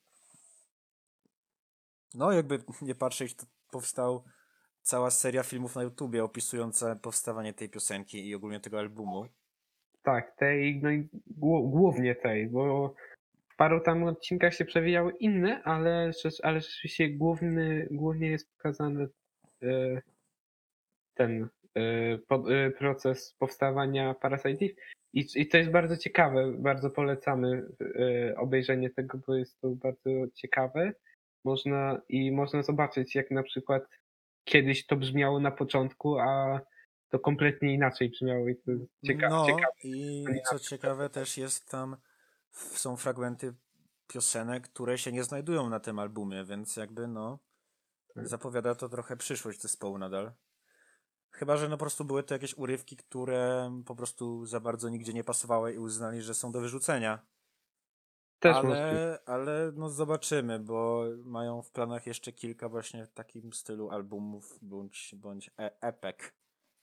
B: No jakby nie patrzeć, to powstał cała seria filmów na YouTubie opisująca powstawanie tej piosenki i ogólnie tego albumu.
C: tak, tej, no i głównie tej, bo w paru tam odcinkach się przewijały inne, ale rzeczywiście głównie jest pokazany e, ten proces powstawania Parasite Eve. I to jest bardzo ciekawe, bardzo polecamy obejrzenie tego, bo jest to bardzo ciekawe. Można zobaczyć, jak na przykład kiedyś to brzmiało na początku, a to kompletnie inaczej brzmiało i to jest
B: No
C: ciekawe.
B: i co ciekawe też jest tam, są fragmenty piosenek, które się nie znajdują na tym albumie, więc jakby no zapowiada to trochę przyszłość zespołu nadal. Chyba, że no po prostu były to jakieś urywki, które po prostu za bardzo nigdzie nie pasowały i uznali, że są do wyrzucenia.
C: Też możliwe.
B: Ale no zobaczymy, bo mają w planach jeszcze kilka właśnie w takim stylu albumów bądź epek.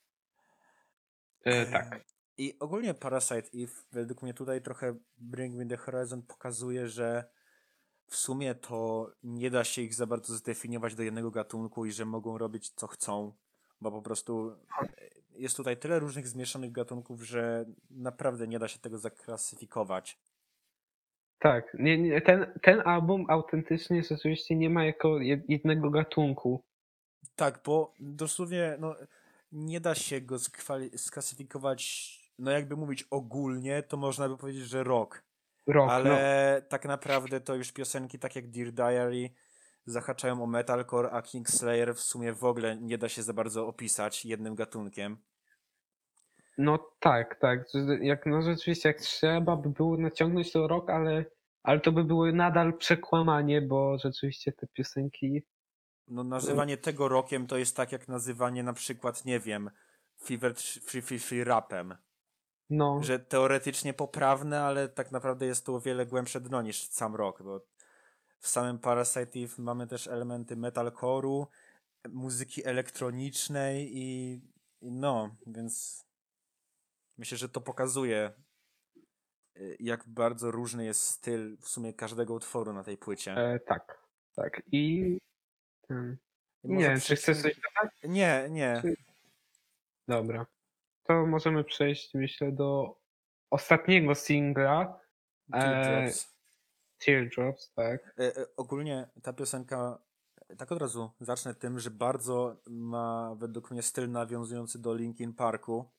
C: Tak.
B: I ogólnie Parasite Eve według mnie tutaj trochę Bring Me The Horizon pokazuje, że w sumie to nie da się ich za bardzo zdefiniować do jednego gatunku i że mogą robić co chcą, bo po prostu jest tutaj tyle różnych zmieszanych gatunków, że naprawdę nie da się tego zaklasyfikować.
C: Tak, ten album autentycznie rzeczywiście nie ma jako jednego gatunku.
B: Tak, bo dosłownie no, nie da się go sklasyfikować, no jakby mówić ogólnie, to można by powiedzieć, że rock.
C: Rock, no.
B: Ale tak naprawdę to już piosenki tak jak Dear Diary zahaczają o metalcore, a Kingslayer w sumie w ogóle nie da się za bardzo opisać jednym gatunkiem.
C: No tak, tak. Jak, no rzeczywiście, jak trzeba by było naciągnąć to rock, ale to by było nadal przekłamanie, bo rzeczywiście te piosenki.
B: No nazywanie tego rockiem to jest tak jak nazywanie na przykład, nie wiem, Fever Free rapem.
C: No,
B: Że teoretycznie poprawne, ale tak naprawdę jest to o wiele głębsze dno niż sam rock, bo w samym Parasite Eve mamy też elementy metalcore'u, muzyki elektronicznej i no, więc myślę, że to pokazuje, jak bardzo różny jest styl w sumie każdego utworu na tej płycie.
C: tak, tak. I
B: I
C: nie
B: może
C: wiem, czy chcesz coś dodać?
B: Nie.
C: Czy... Dobra. To możemy przejść, myślę, do ostatniego singla.
B: Teardrops.
C: Teardrops, tak.
B: Ogólnie ta piosenka, tak od razu zacznę tym, że bardzo ma według mnie styl nawiązujący do Linkin Parku.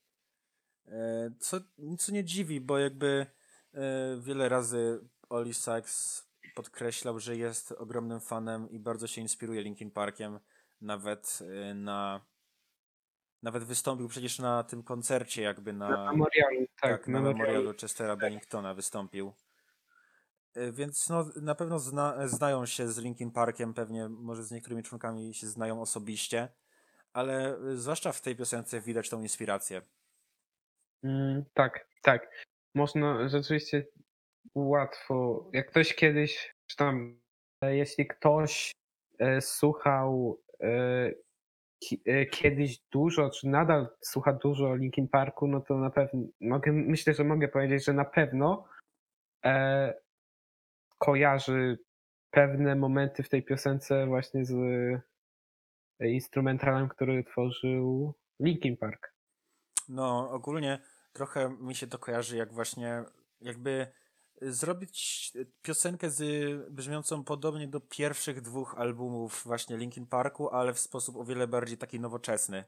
B: Co nie dziwi, bo jakby wiele razy Oli Sykes podkreślał, że jest ogromnym fanem i bardzo się inspiruje Linkin Parkiem. Nawet nawet wystąpił przecież na tym koncercie jakby
C: Na memorialu, tak,
B: na memorialu Chestera Benningtona wystąpił. Więc no, na pewno znają się z Linkin Parkiem, pewnie może z niektórymi członkami się znają osobiście, ale zwłaszcza w tej piosence widać tą inspirację.
C: Tak, tak. Można rzeczywiście łatwo, jak ktoś kiedyś, czy tam, jeśli ktoś słuchał kiedyś dużo, czy nadal słucha dużo Linkin Parku, no to na pewno, myślę, że mogę powiedzieć, że na pewno e, kojarzy pewne momenty w tej piosence właśnie z instrumentalem, który tworzył Linkin Park.
B: No, ogólnie trochę mi się to kojarzy jak właśnie jakby zrobić piosenkę brzmiącą podobnie do pierwszych dwóch albumów właśnie Linkin Parku, ale w sposób o wiele bardziej taki nowoczesny.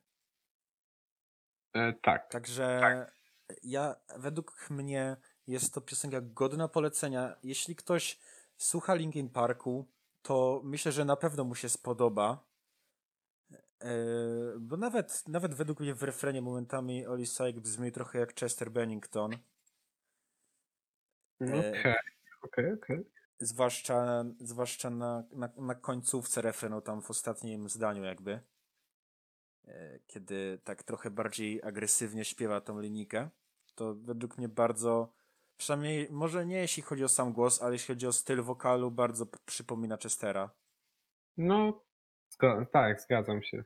C: Tak,
B: Także według mnie jest to piosenka godna polecenia. Jeśli ktoś słucha Linkin Parku, to myślę, że na pewno mu się spodoba. Bo nawet według mnie w refrenie momentami Oli Sykes brzmi trochę jak Chester Bennington.
C: okej, okej.
B: Zwłaszcza na końcówce refrenu, tam w ostatnim zdaniu jakby. Kiedy tak trochę bardziej agresywnie śpiewa tą linijkę. To według mnie bardzo, przynajmniej może nie jeśli chodzi o sam głos, ale jeśli chodzi o styl wokalu, bardzo przypomina Chestera.
C: No, tak, zgadzam się.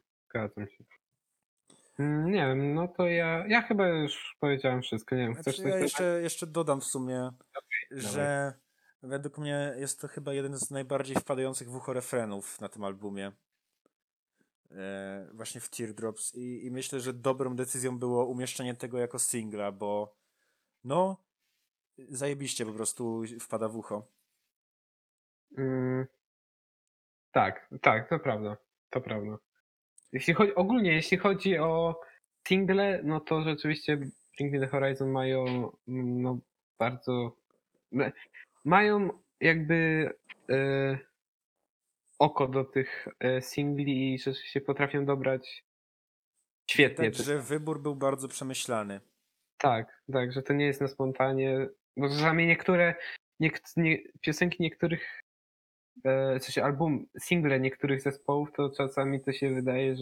C: Nie wiem, no to ja chyba już powiedziałem wszystko. Nie wiem, chcesz
B: Znaczy
C: coś
B: ja
C: dodać?
B: jeszcze dodam w sumie,
C: Dawaj.
B: że według mnie jest to chyba jeden z najbardziej wpadających w ucho refrenów na tym albumie. Właśnie w Teardrops i myślę, że dobrą decyzją było umieszczenie tego jako singla, bo no zajebiście po prostu wpada w ucho.
C: Mm, tak, to prawda. To prawda. Jeśli chodzi o single, no to rzeczywiście Bring Me The Horizon mają no bardzo mają jakby e, oko do tych singli i rzeczywiście potrafią dobrać świetnie
B: Widać,
C: te.
B: że wybór był bardzo przemyślany.
C: Tak, że to nie jest na spontanie, bo czasami piosenki niektórych, w sensie single niektórych zespołów, to czasami to się wydaje,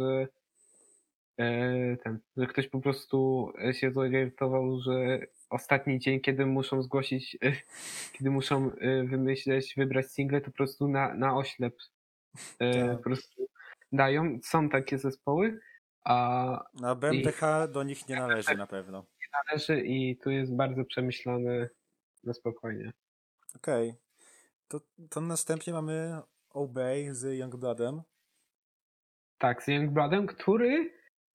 C: że ktoś po prostu się zorientował, że ostatni dzień, kiedy muszą zgłosić, kiedy muszą wybrać single, to po prostu na oślep po
B: Tak.
C: prostu dają. Są takie zespoły, a
B: A
C: i
B: BMTH do nich nie należy na pewno.
C: należy i tu jest bardzo przemyślane na spokojnie.
B: Okej. To następnie mamy Obey z Youngbloodem.
C: Tak, z Youngbloodem, który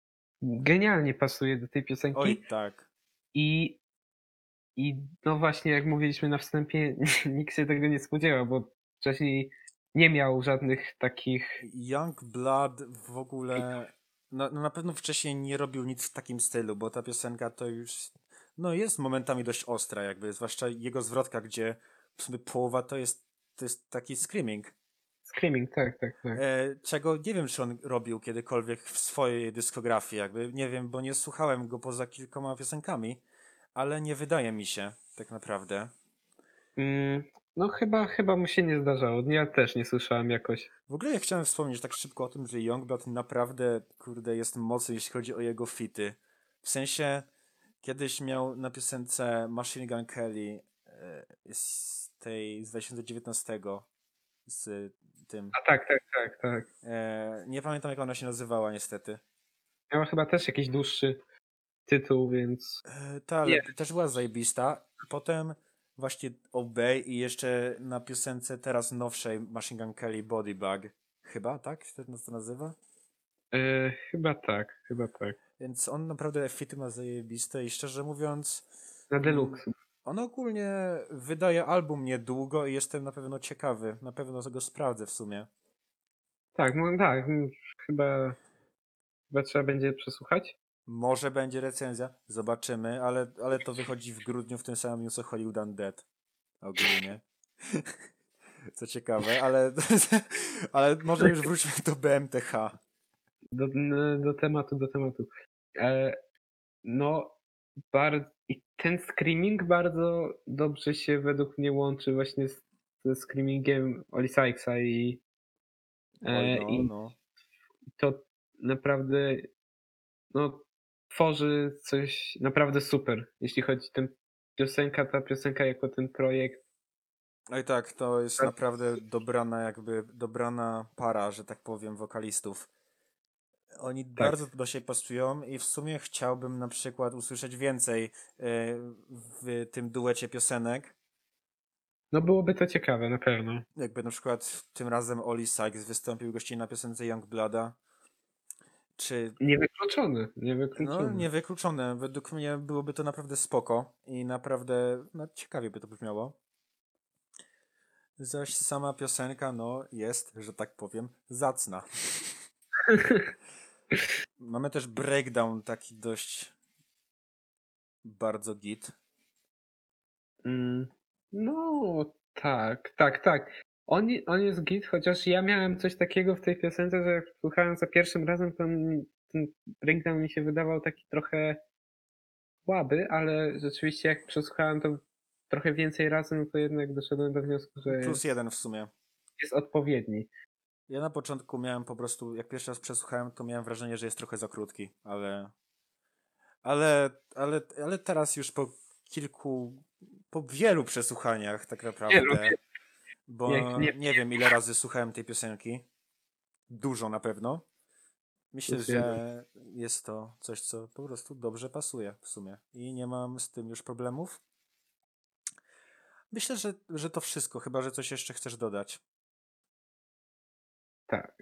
C: genialnie pasuje do tej piosenki.
B: Oj, tak.
C: I, I no właśnie, jak mówiliśmy na wstępie, nikt się tego nie spodziewał, bo wcześniej nie miał żadnych takich.
B: Youngblood w ogóle no na pewno wcześniej nie robił nic w takim stylu, bo ta piosenka to już no jest momentami dość ostra jakby, zwłaszcza jego zwrotka, gdzie w sumie połowa to jest taki screaming.
C: Screaming, tak, tak, tak.
B: Czego nie wiem, czy on robił kiedykolwiek w swojej dyskografii, jakby nie wiem, bo nie słuchałem go poza kilkoma piosenkami, ale nie wydaje mi się, tak naprawdę.
C: No chyba mu się nie zdarzało. Ja też nie słyszałem jakoś.
B: W ogóle ja chciałem wspomnieć tak szybko o tym, że Youngblood naprawdę, kurde, jest mocny, jeśli chodzi o jego fity. W sensie, kiedyś miał na piosence Machine Gun Kelly z tej z 2019 z tym.
C: A tak, tak, tak, tak.
B: Nie pamiętam, jak ona się nazywała, niestety.
C: Miała chyba też jakiś dłuższy tytuł, więc.
B: Ta, ale
C: Nie.
B: też była zajebista. Potem właśnie Obey i jeszcze na piosence teraz nowszej Machine Gun Kelly Body Bag. Chyba, tak? Się to nazywa?
C: Chyba tak, chyba tak.
B: Więc on naprawdę fity ma zajebiste i szczerze mówiąc
C: Na deluxe.
B: on ogólnie wydaje album niedługo i jestem na pewno ciekawy. Na pewno go sprawdzę w sumie.
C: Tak, no tak. Chyba trzeba będzie przesłuchać.
B: Może będzie recenzja, zobaczymy, ale to wychodzi w grudniu w tym samym dniu co Hollywood Undead. Ogólnie. Co ciekawe, ale może już wróćmy do BMTH.
C: Do tematu, do tematu. No, i ten screaming bardzo dobrze się według mnie łączy właśnie ze screamingiem Oli Sykesa
B: Oj, no,
C: i
B: no.
C: to naprawdę no, tworzy coś naprawdę super, jeśli chodzi o ta piosenka jako ten projekt.
B: No i tak, to jest naprawdę dobrana para, że tak powiem, wokalistów. Oni
C: Tak.
B: bardzo do siebie pasują i w sumie chciałbym na przykład usłyszeć więcej w tym duecie piosenek.
C: No byłoby to ciekawe, na pewno.
B: Jakby na przykład tym razem Oli Sykes wystąpił gościnie na piosence Youngblooda. Czy...
C: Niewykluczone,
B: No,
C: niewykluczone.
B: niewykluczone. Według mnie byłoby to naprawdę spoko i naprawdę ciekawie by to brzmiało. Zaś sama piosenka, no, jest, że tak powiem, zacna. Mamy też breakdown taki dość bardzo git.
C: No, tak, tak, tak. On jest git, chociaż ja miałem coś takiego w tej piosence, że jak słuchałem za pierwszym razem, to ten breakdown mi się wydawał taki trochę słaby, ale rzeczywiście jak przesłuchałem to trochę więcej razy, no to jednak doszedłem do wniosku, że
B: +1 w sumie.
C: jest odpowiedni.
B: Ja na początku miałem po prostu, jak pierwszy raz przesłuchałem, to miałem wrażenie, że jest trochę za krótki, ale teraz już po wielu przesłuchaniach tak naprawdę, bo nie wiem ile razy słuchałem tej piosenki, dużo na pewno. Myślę, że jest to coś, co po prostu dobrze pasuje w sumie i nie mam z tym już problemów. Myślę, że to wszystko, chyba że coś jeszcze chcesz dodać.
C: Tak.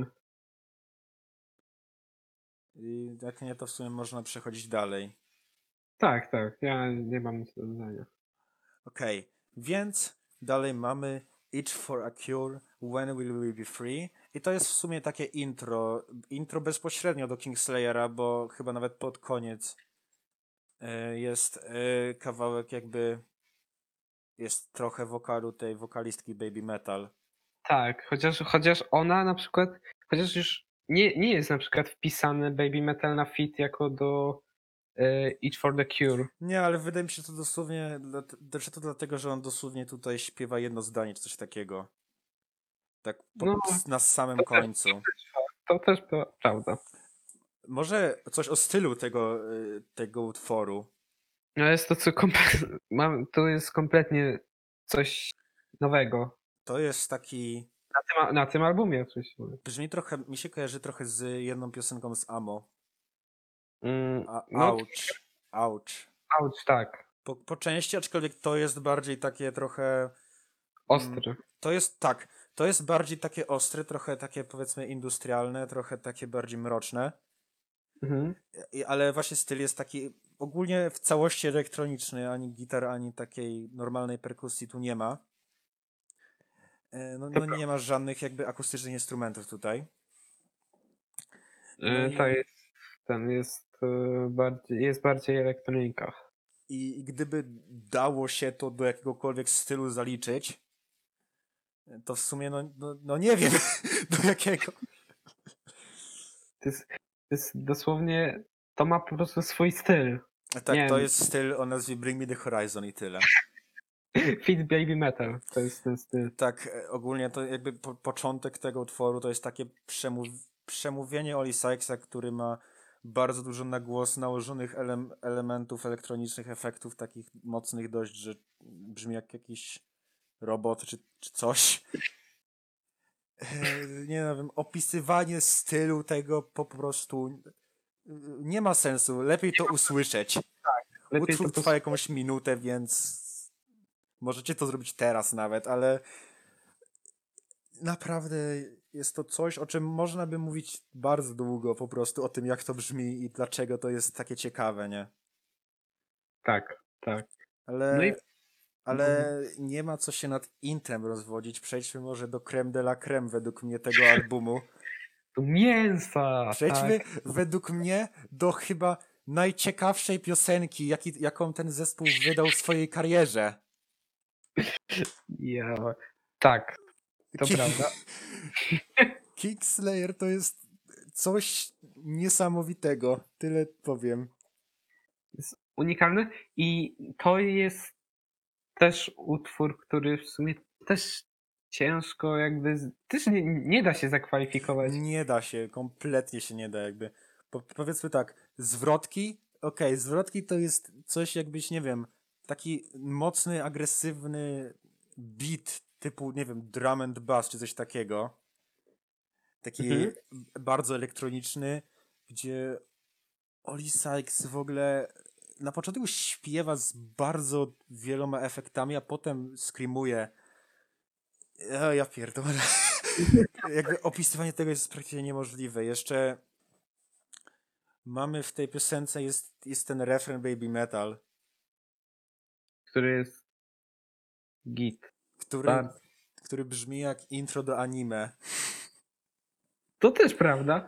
B: I jak nie, to w sumie można przechodzić dalej.
C: Tak, tak. Ja nie mam nic do dodania.
B: Okej, więc dalej mamy Itch for a Cure, When Will We Be Free? I to jest w sumie takie intro bezpośrednio do Kingslayera, bo chyba nawet pod koniec jest kawałek jakby, jest trochę wokalu tej wokalistki Baby Metal.
C: Tak, chociaż ona na przykład, chociaż już nie jest na przykład wpisane Baby Metal na fit jako do Itch for the Cure.
B: Nie, ale wydaje mi się to dosłownie, że to dlatego, że on dosłownie tutaj śpiewa jedno zdanie czy coś takiego. Tak na samym końcu.
C: To też prawda.
B: Może coś o stylu tego utworu.
C: No jest to jest kompletnie coś nowego.
B: To jest taki...
C: Na tym albumie oczywiście.
B: Brzmi trochę, mi się kojarzy trochę z jedną piosenką z Amo.
C: No,
B: Ouch.
C: Ouch, tak.
B: Po części, aczkolwiek to jest bardziej takie trochę...
C: Ostre.
B: To jest bardziej takie ostre, trochę takie powiedzmy industrialne, trochę takie bardziej mroczne.
C: Mhm.
B: Ale właśnie styl jest taki ogólnie w całości elektroniczny, ani gitar, ani takiej normalnej perkusji tu nie ma.
C: To
B: No nie ma żadnych jakby akustycznych instrumentów tutaj. No
C: To
B: i,
C: jest jest bardziej elektronika.
B: i gdyby dało się to do jakiegokolwiek stylu zaliczyć, to w sumie no nie wiem do jakiego.
C: To jest dosłownie, to ma po prostu swój styl.
B: Tak,
C: Nie
B: to
C: wiem,
B: jest styl o nazwie Bring Me The Horizon i tyle.
C: Fit Baby Metal, to jest ten styl.
B: Tak, ogólnie to jakby początek tego utworu to jest takie przemówienie Oli Sykesa, który ma bardzo dużo na głos nałożonych elementów elektronicznych, efektów takich mocnych dość, że brzmi jak jakiś robot czy coś. Nie wiem, opisywanie stylu tego po prostu nie ma sensu. Lepiej to usłyszeć.
C: Lepiej to
B: Utwór trwa jakąś minutę, więc możecie to zrobić teraz nawet, ale naprawdę jest to coś, o czym można by mówić bardzo długo po prostu, o tym jak to brzmi i dlaczego to jest takie ciekawe, nie?
C: Tak, tak. No i
B: Ale, ale nie ma co się nad intrem rozwodzić. Przejdźmy może do creme de la creme według mnie tego albumu.
C: tu mięsa,
B: Przejdźmy
C: tak.
B: według mnie do chyba najciekawszej piosenki, jaką ten zespół wydał w swojej karierze.
C: Ja, tak, to
B: Ki
C: prawda.
B: Kingslayer to jest coś niesamowitego. Tyle powiem.
C: Jest unikalny i to jest też utwór, który w sumie też ciężko jakby, też nie da się zakwalifikować.
B: Nie da się, kompletnie się nie da jakby. Powiedzmy tak, zwrotki, okej, zwrotki to jest coś jakbyś, nie wiem, taki mocny, agresywny beat typu, nie wiem, drum and bass czy coś takiego. Taki
C: Mhm.
B: bardzo elektroniczny, gdzie Oli Sykes w ogóle na początku śpiewa z bardzo wieloma efektami, a potem screamuje. Ja pierdolę. Jakby opisywanie tego jest praktycznie niemożliwe. Jeszcze mamy w tej piosence jest ten refren Baby Metal,
C: Który jest git.
B: który,
C: Bardzo.
B: który brzmi jak intro do anime.
C: To też prawda.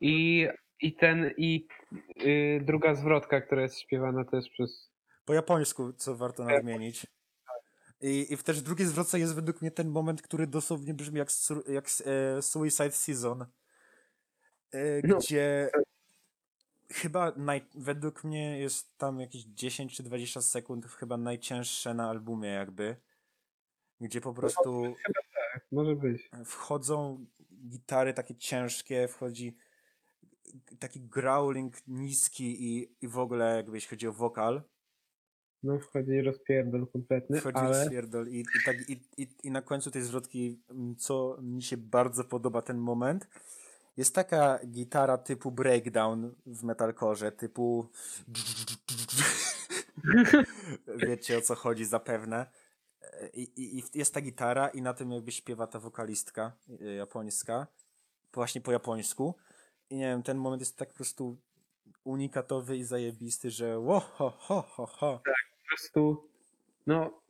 C: I druga zwrotka, która jest śpiewana też przez.
B: Po japońsku, co warto nadmienić. I też w drugiej zwrotce jest według mnie ten moment, który dosłownie brzmi jak Suicide Season,
C: No,
B: gdzie chyba według mnie jest tam jakieś 10 czy 20 sekund chyba najcięższe na albumie jakby, gdzie po prostu
C: może być.
B: wchodzą gitary takie ciężkie, wchodzi taki growling niski i w ogóle jakby jeśli chodzi o wokal,
C: No, wchodzi rozpierdol kompletny,
B: wchodzi
C: ale
B: rozpierdol i na końcu tej zwrotki, co mi się bardzo podoba ten moment, jest taka gitara typu breakdown w metalcore, typu wiecie o co chodzi zapewne. I jest ta gitara i na tym jakby śpiewa ta wokalistka japońska, właśnie po japońsku. I nie wiem, ten moment jest tak po prostu unikatowy i zajebisty, że wo, ho, ho, ho, ho.
C: po prostu, no,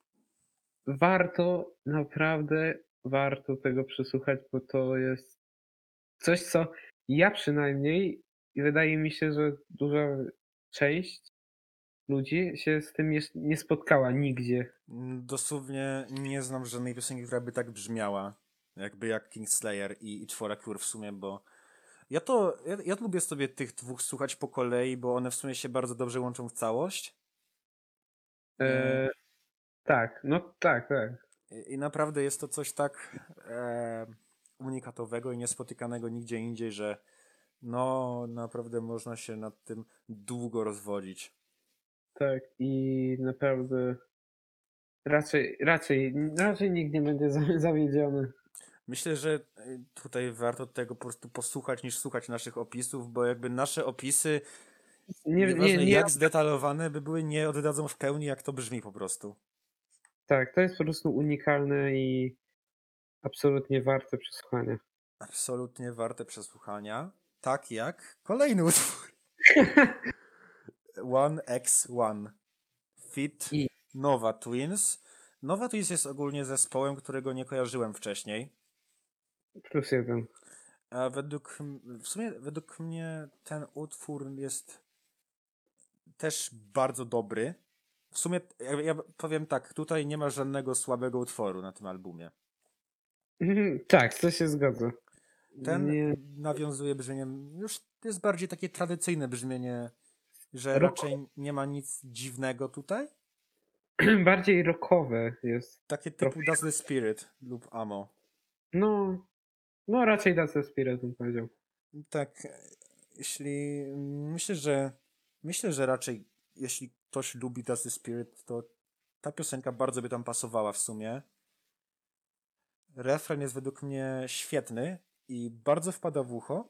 C: naprawdę warto tego przesłuchać, bo to jest coś, co ja przynajmniej, i wydaje mi się, że duża część ludzi się z tym nie spotkała nigdzie.
B: Dosłownie nie znam żadnej piosenki, która by tak brzmiała, jakby jak Kingslayer i Czwora Cure w sumie, bo ja lubię sobie tych dwóch słuchać po kolei, bo one w sumie się bardzo dobrze łączą w całość. E,
C: E, tak, no tak, tak.
B: I naprawdę jest to coś tak unikatowego i niespotykanego nigdzie indziej, że no naprawdę można się nad tym długo rozwodzić.
C: Tak, i naprawdę raczej nikt nie będzie zawiedziony.
B: Myślę, że tutaj warto tego po prostu posłuchać niż słuchać naszych opisów, bo jakby nasze opisy, nieważne
C: Nie,
B: jak zdetalowane by były, nie oddadzą w pełni jak to brzmi po prostu.
C: tak, to jest po prostu unikalne i absolutnie warte przesłuchania.
B: Absolutnie warte przesłuchania. Tak jak kolejny utwór. 1X1 Fit
C: I
B: Nova Twins. Nova Twins jest ogólnie zespołem, którego nie kojarzyłem wcześniej.
C: +1.
B: A w sumie według mnie ten utwór jest też bardzo dobry. W sumie ja powiem tak, tutaj nie ma żadnego słabego utworu na tym albumie.
C: Tak, to się zgadza.
B: Ten
C: Nie,
B: nawiązuje brzmieniem, już jest bardziej takie tradycyjne brzmienie, że
C: rock,
B: raczej nie ma nic dziwnego tutaj.
C: bardziej rockowe jest
B: Takie
C: trochę.
B: typu Does the Spirit lub Amo.
C: No, no raczej That's the Spirit bym powiedział.
B: Tak, jeśli myślę, że raczej jeśli ktoś lubi Does the Spirit, to ta piosenka bardzo by tam pasowała w sumie. Refren jest według mnie świetny i bardzo wpada w ucho.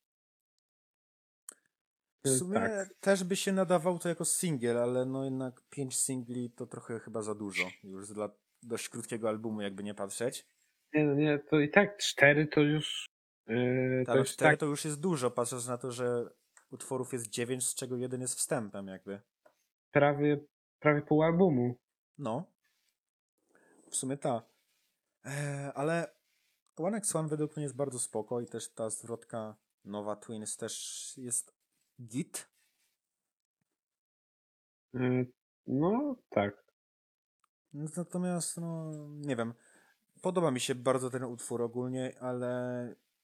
B: W sumie
C: Tak.
B: też by się nadawał to jako singiel, ale no jednak 5 singli to trochę chyba za dużo. Już dla dość krótkiego albumu, jakby nie patrzeć.
C: Nie, no nie, to i tak 4 to już to
B: Ale
C: już
B: 4
C: tak
B: to już jest dużo, patrząc na to, że utworów jest 9, z czego jeden jest wstępem jakby.
C: prawie pół albumu.
B: No, w sumie ta. Ale One X One według mnie jest bardzo spoko i też ta zwrotka Nova Twins też jest git.
C: No tak.
B: Natomiast, no, nie wiem, podoba mi się bardzo ten utwór ogólnie, ale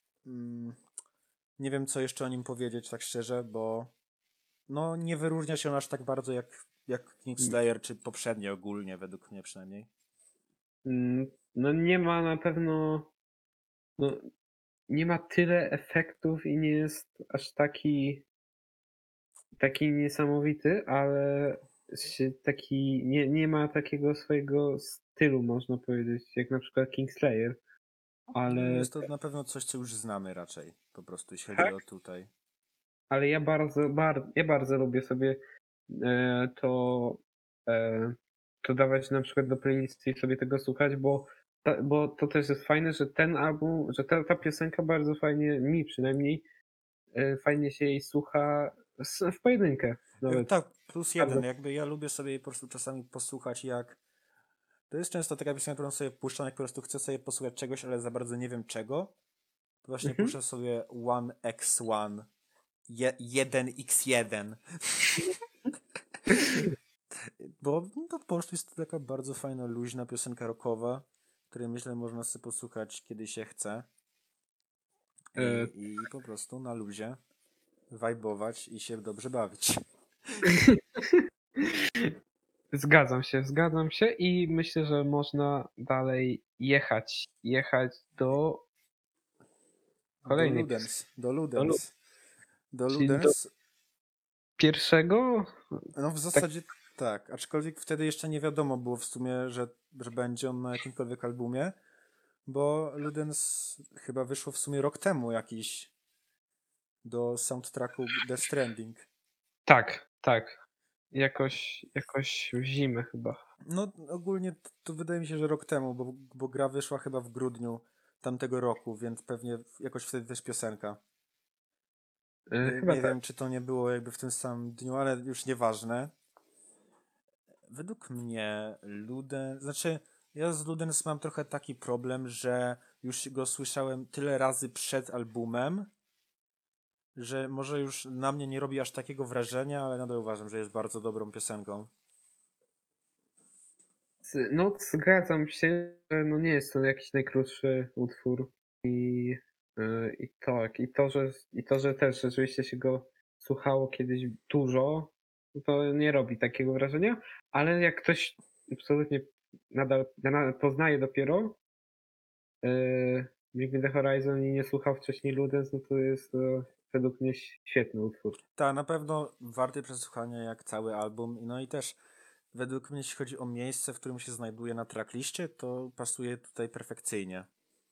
B: nie wiem, co jeszcze o nim powiedzieć, tak szczerze, bo no, nie wyróżnia się on aż tak bardzo jak Kingslayer, czy poprzednie ogólnie, według mnie przynajmniej.
C: No nie ma na pewno no, nie ma tyle efektów i nie jest aż taki niesamowity, ale nie ma takiego swojego stylu, można powiedzieć, jak na przykład Kingslayer,
B: No,
C: ale
B: jest to na pewno coś, co już znamy raczej, po prostu, jeśli chodzi
C: tak,
B: o tutaj.
C: ale ja bardzo lubię sobie e, to, e, to dawać na przykład do playlisty i sobie tego słuchać, bo to też jest fajne, że ten album, że ta piosenka bardzo fajnie, mi przynajmniej, fajnie się jej słucha w pojedynkę nawet.
B: Tak, plus
C: Bardzo.
B: jeden, jakby ja lubię sobie po prostu czasami posłuchać to jest często taka piosenka, którą sobie puszczam, jak po prostu chcę sobie posłuchać czegoś, ale za bardzo nie wiem czego. To właśnie
C: Mhm.
B: puszczę sobie 1X1 1X1 bo no, to po prostu jest to taka bardzo fajna, luźna piosenka rockowa, której myślę można sobie posłuchać kiedy się chce
C: E,
B: i po prostu na luzie wajbować i się dobrze bawić.
C: Zgadzam się i myślę, że można dalej jechać do
B: Do
C: kolejnej piosenki.
B: Ludens, do
C: Do, Lu-
B: Ludens, do
C: czyli do
B: Ludens.
C: pierwszego?
B: No w
C: Tak,
B: zasadzie tak, aczkolwiek wtedy jeszcze nie wiadomo było w sumie, że będzie on na jakimkolwiek albumie, bo Ludens chyba wyszło w sumie rok temu jakiś do soundtracku Death Stranding.
C: tak. Jakoś w zimę chyba.
B: No ogólnie to wydaje mi się, że rok temu, bo gra wyszła chyba w grudniu tamtego roku, więc pewnie jakoś wtedy też piosenka.
C: Chyba
B: Nie
C: tak.
B: wiem, czy to nie było jakby w tym samym dniu, ale już nieważne. Według mnie znaczy ja z Ludens mam trochę taki problem, że już go słyszałem tyle razy przed albumem, że może już na mnie nie robi aż takiego wrażenia, ale nadal uważam, że jest bardzo dobrą piosenką.
C: No zgadzam się, że no nie jest to jakiś najkrótszy utwór i, i to, że też rzeczywiście się go słuchało kiedyś dużo, to nie robi takiego wrażenia, ale jak ktoś absolutnie nadal poznaje dopiero Bring Me The Horizon i nie słuchał wcześniej Ludens, no to jest to według mnie świetny utwór.
B: Tak, na pewno warty przesłuchania jak cały album. No i też według mnie, jeśli chodzi o miejsce, w którym się znajduje na trackliście, to pasuje tutaj perfekcyjnie.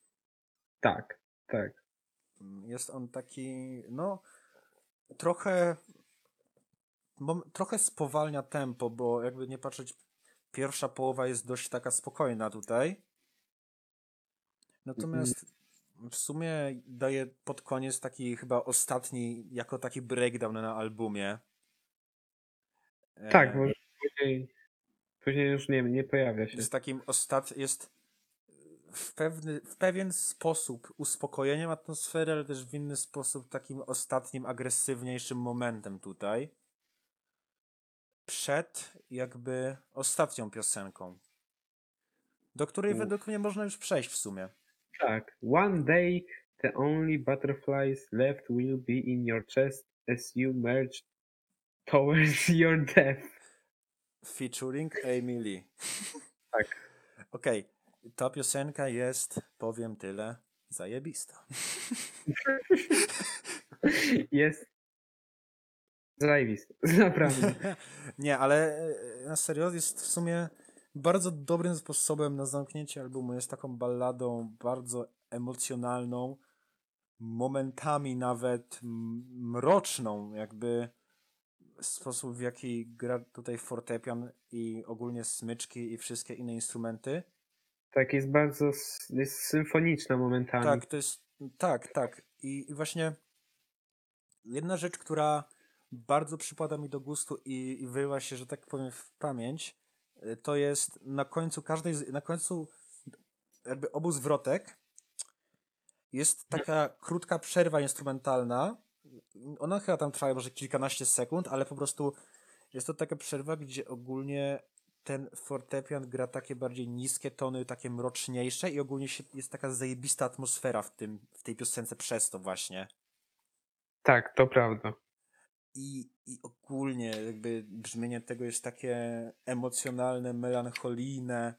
C: Tak.
B: Jest on taki, no, trochę, trochę spowalnia tempo, bo jakby nie patrzeć, pierwsza połowa jest dość taka spokojna tutaj.
C: Mm,
B: Natomiast W sumie daje pod koniec taki chyba ostatni, jako taki breakdown na albumie.
C: Tak,
B: E,
C: może później już nie pojawia się.
B: jest takim jest w pewien sposób uspokojeniem atmosfery, ale też w inny sposób takim ostatnim, agresywniejszym momentem tutaj. Przed jakby ostatnią piosenką, do której według mnie można już przejść w sumie.
C: Tak. One day the only butterflies left will be in your chest as you merge towards your death.
B: Featuring Amy Lee.
C: Tak.
B: Okej, ta piosenka jest, powiem tyle, zajebista.
C: Jest zajebisty. Naprawdę.
B: Nie, ale na serio jest w sumie bardzo dobrym sposobem na zamknięcie albumu. Jest taką balladą bardzo emocjonalną, momentami nawet mroczną, jakby sposób, w jaki gra tutaj fortepian i ogólnie smyczki i wszystkie inne instrumenty.
C: Tak, jest bardzo, jest symfoniczna momentami.
B: Tak, to jest, tak. I właśnie jedna rzecz, która bardzo przypada mi do gustu i wyrywa się, że tak powiem, w pamięć, to jest na końcu jakby obu zwrotek jest taka krótka przerwa instrumentalna. Ona chyba tam trwa może kilkanaście sekund, ale po prostu jest to taka przerwa, gdzie ogólnie ten fortepian gra takie bardziej niskie tony, takie mroczniejsze i ogólnie jest taka zajebista atmosfera w tej piosence przez to właśnie.
C: Tak, to prawda.
B: I ogólnie jakby brzmienie tego jest takie emocjonalne, melancholijne.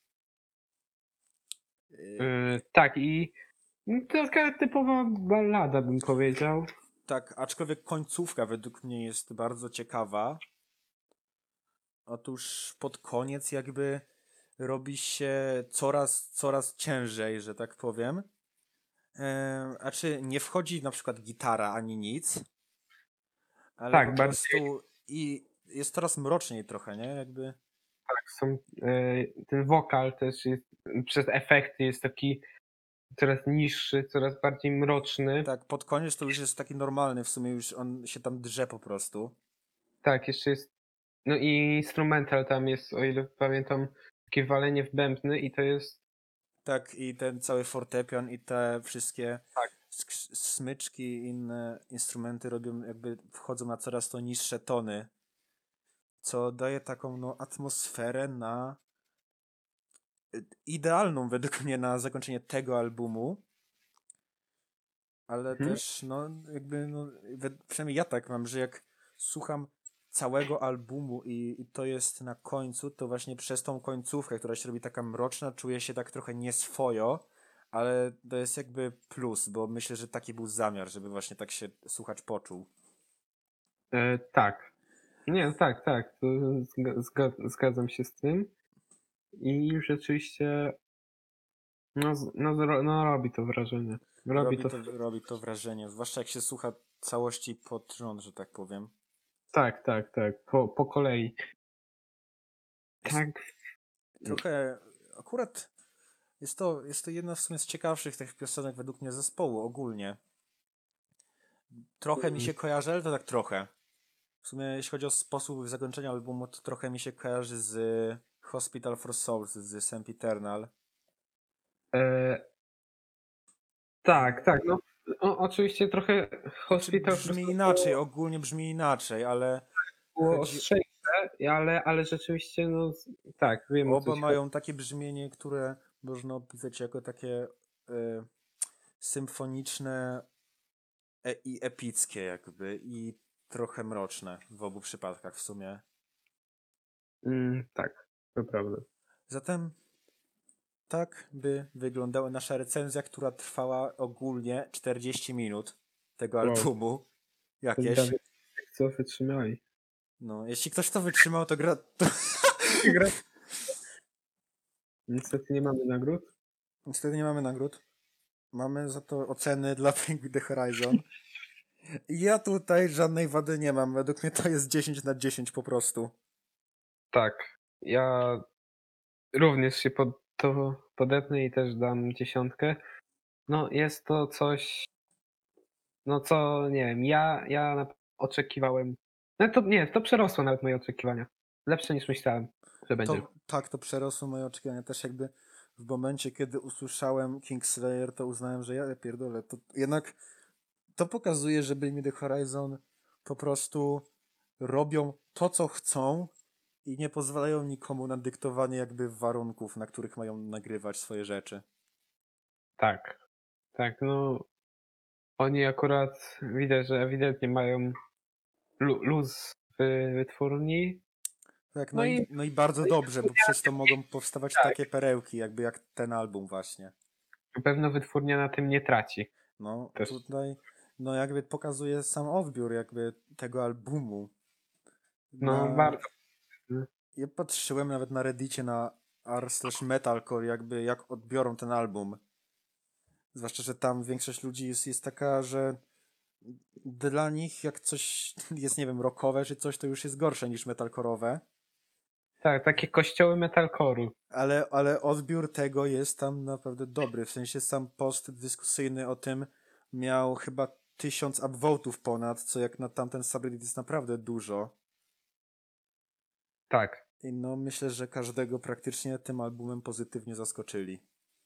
C: Tak, i taka typowa ballada, bym powiedział.
B: Tak, aczkolwiek końcówka według mnie jest bardzo ciekawa. Otóż pod koniec jakby robi się coraz ciężej, że tak powiem. A czy nie wchodzi na przykład gitara ani nic, ale po
C: Tak, bardziej
B: prostu i jest coraz mroczniej trochę, nie? Jakby
C: są, ten wokal też jest, przez efekty jest taki coraz niższy, coraz bardziej mroczny.
B: tak, pod koniec to już jest taki normalny, w sumie już on się tam drze po prostu.
C: Tak, jeszcze jest, no i instrumental tam jest, o ile pamiętam, takie walenie w bębny i to jest,
B: Tak, i ten cały fortepian i te wszystkie
C: tak,
B: smyczki i inne instrumenty robią, jakby wchodzą na coraz to niższe tony, co daje taką no, atmosferę na idealną według mnie na zakończenie tego albumu, ale
C: mhm.
B: też no jakby no, przynajmniej ja tak mam, że jak słucham całego albumu i to jest na końcu, to właśnie przez tą końcówkę, która się robi taka mroczna, czuję się tak trochę nieswojo, ale to jest jakby plus, bo myślę, że taki był zamiar, żeby właśnie tak się słuchacz poczuł.
C: Tak. Nie, no tak, to zgadzam się z tym i rzeczywiście, no robi to wrażenie.
B: Robi to wrażenie, zwłaszcza jak się słucha całości pod rząd, że tak powiem.
C: Tak, po kolei.
B: Jest
C: Tak,
B: trochę, akurat jest to jedna w sumie z ciekawszych tych piosenek według mnie zespołu ogólnie. Trochę mi się kojarzy, ale to tak trochę. W sumie jeśli chodzi o sposób zakończenia albumu, to trochę mi się kojarzy z Hospital for Souls, z Sempiternal.
C: e, tak, no oczywiście trochę
B: Znaczy
C: Hospital for
B: brzmi
C: Souls
B: inaczej, ogólnie brzmi inaczej, ale
C: było
B: chodzi...
C: ostrzejsze, ale rzeczywiście, no tak, wiem o co
B: Oba
C: ci chodzi.
B: mają takie brzmienie, które można opisać jako takie symfoniczne i epickie jakby i trochę mroczne w obu przypadkach w sumie.
C: Tak, to prawda.
B: Zatem tak by wyglądała nasza recenzja, która trwała ogólnie 40 minut tego
C: Wow,
B: albumu. Jakieś.
C: pozdrawiam tych, co wytrzymali.
B: No, jeśli ktoś to wytrzymał, to gra... To...
C: Niestety nie mamy nagród.
B: Niestety nie mamy nagród. Mamy za to oceny dla Bring the Horizon. I ja tutaj żadnej wady nie mam. Według mnie to jest 10 na 10 po prostu.
C: Tak, ja również się pod to podepnę i też dam 10. no jest to coś, no co nie wiem, oczekiwałem. No to nie, to przerosło nawet moje oczekiwania. Lepsze niż myślałem, że będzie.
B: To tak, to przerosło moje oczekiwania. Też jakby w momencie, kiedy usłyszałem Kingslayer, to uznałem, że ja pierdolę, to jednak to pokazuje, że Bring Me The Horizon po prostu robią to, co chcą i nie pozwalają nikomu na dyktowanie jakby warunków, na których mają nagrywać swoje rzeczy.
C: Tak, tak, no oni akurat widać, że ewidentnie mają luz w wytwórni.
B: Tak,
C: No i,
B: no i bardzo
C: no i
B: dobrze, bo
C: wytwórnia
B: przez to mogą powstawać
C: tak,
B: takie perełki, jakby jak ten album właśnie.
C: na pewno wytwórnia na tym nie traci
B: No
C: też.
B: tutaj, no jakby pokazuje sam odbiór jakby tego albumu.
C: No
B: Na,
C: bardzo.
B: ja patrzyłem nawet na Reddicie na r/metalcore, jakby jak odbiorą ten album. Zwłaszcza, że tam większość ludzi jest taka, że dla nich jak coś jest, nie wiem, rockowe czy coś, to już jest gorsze niż metalcore'owe.
C: Tak, takie kościoły metalcore'u.
B: Ale odbiór tego jest tam naprawdę dobry. W sensie sam post dyskusyjny o tym miał chyba 1000 upvotów ponad, co jak na tamten subreddit jest naprawdę dużo.
C: Tak.
B: I no myślę, że każdego praktycznie tym albumem pozytywnie zaskoczyli.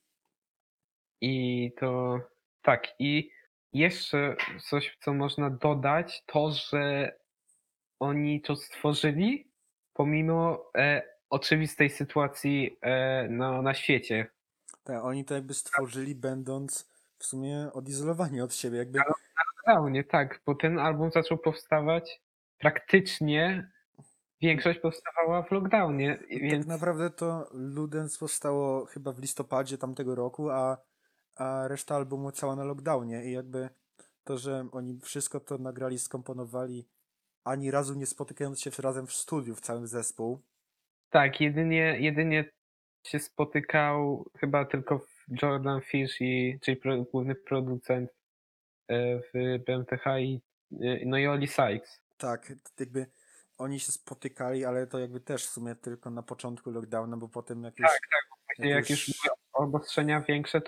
C: I to tak, i jeszcze coś, co można dodać, to, że oni to stworzyli pomimo oczywistej sytuacji na świecie.
B: Tak, oni to jakby stworzyli będąc w sumie odizolowani od siebie, jakby
C: Lockdownie, tak, bo ten album zaczął powstawać praktycznie większość powstawała w lockdownie,
B: tak
C: więc
B: naprawdę to Ludens powstało chyba w listopadzie tamtego roku, a reszta albumu cała na lockdownie i jakby to, że oni wszystko to nagrali, skomponowali, ani razu nie spotykając się razem w studiu w całym zespół.
C: tak, jedynie się spotykał chyba tylko Jordan Fish czyli główny producent w BMTH no i Oli Sykes.
B: Tak, jakby oni się spotykali, ale to jakby też w sumie tylko na początku lockdowna, bo potem
C: Tak, tak, bo później
B: jak
C: jak już
B: już
C: były obostrzenia większe,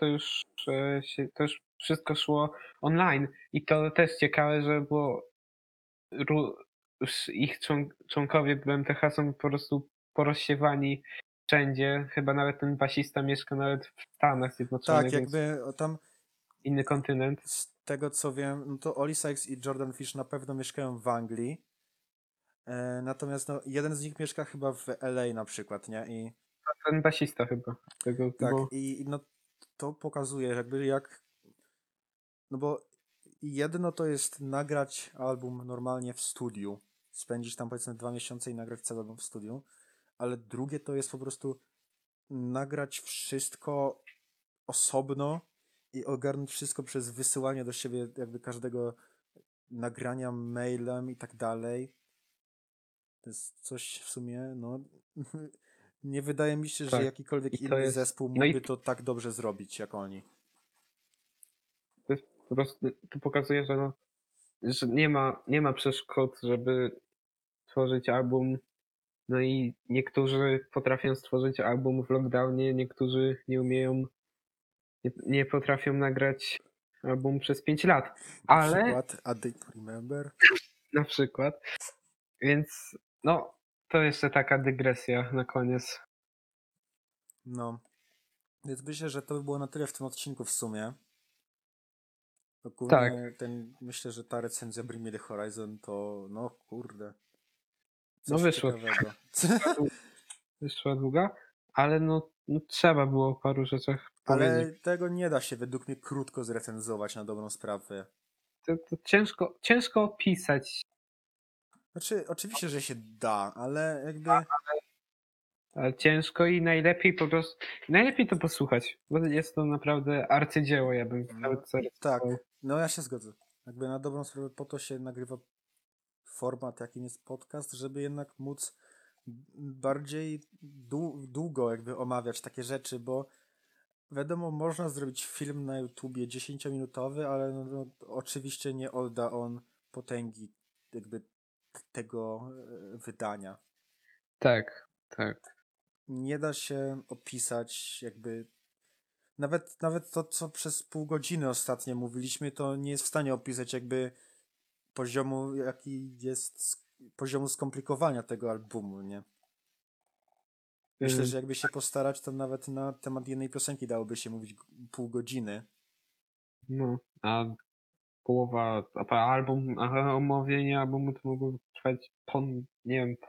C: to już wszystko szło online. I to też ciekawe, że było ru już ich członkowie BMTH są po prostu porozsiewani wszędzie. Chyba nawet ten basista mieszka nawet w Stanach
B: tak,
C: Zjednoczonych, więc
B: jakby tam
C: inny kontynent.
B: z tego co wiem, no to Oli Sykes i Jordan Fish na pewno mieszkają w Anglii. Natomiast no, jeden z nich mieszka chyba w LA na przykład, nie? I
C: Ten basista chyba tego,
B: tak,
C: bo
B: i no to pokazuje jakby jak, no bo jedno to jest nagrać album normalnie w studiu, spędzić tam powiedzmy 2 miesiące i nagrać cały album w studiu, ale drugie to jest po prostu nagrać wszystko osobno i ogarnąć wszystko przez wysyłanie do siebie jakby każdego nagrania mailem i tak dalej. To jest coś w sumie, no nie wydaje mi się, że
C: tak.
B: jakikolwiek
C: I to
B: inny
C: jest
B: zespół
C: no i
B: mógłby to tak dobrze zrobić jak oni.
C: to jest po prostu to pokazuje, że no, że nie ma przeszkód, żeby tworzyć album. No i niektórzy potrafią stworzyć album w lockdownie, niektórzy nie umieją, nie potrafią nagrać album przez 5 lat.
B: Na
C: Ale
B: przykład A Day to Remember.
C: na przykład, więc no, to jeszcze taka dygresja na koniec.
B: No, więc myślę, że to by było na tyle w tym odcinku w sumie.
C: Tak,
B: Ogólnie myślę, że ta recenzja Bring Me The Horizon to, no kurde,
C: no
B: coś ciekawego.
C: wyszła długa, ale no trzeba było o paru rzeczach powiedzieć.
B: Ale tego nie da się według mnie krótko zrecenzować na dobrą sprawę.
C: To ciężko opisać,
B: Znaczy, oczywiście, że się da, ale jakby
C: ale ciężko i najlepiej to posłuchać, bo jest to naprawdę arcydzieło, ja bym
B: no,
C: nawet zarecenzował.
B: tak, no ja się zgodzę. Jakby na dobrą sprawę po to się nagrywa format, jakim jest podcast, żeby jednak móc bardziej długo jakby omawiać takie rzeczy, bo wiadomo, można zrobić film na YouTubie 10-minutowy, ale no, oczywiście nie odda on potęgi jakby tego wydania.
C: Tak, tak.
B: Nie da się opisać jakby nawet to, co przez pół godziny ostatnio mówiliśmy, to nie jest w stanie opisać jakby poziomu, jaki jest, poziomu skomplikowania tego albumu, nie? Myślę, że jakby się postarać, to nawet na temat jednej piosenki dałoby się mówić pół godziny.
C: No, a połowa, omówienie albumu to mogło trwać nie wiem,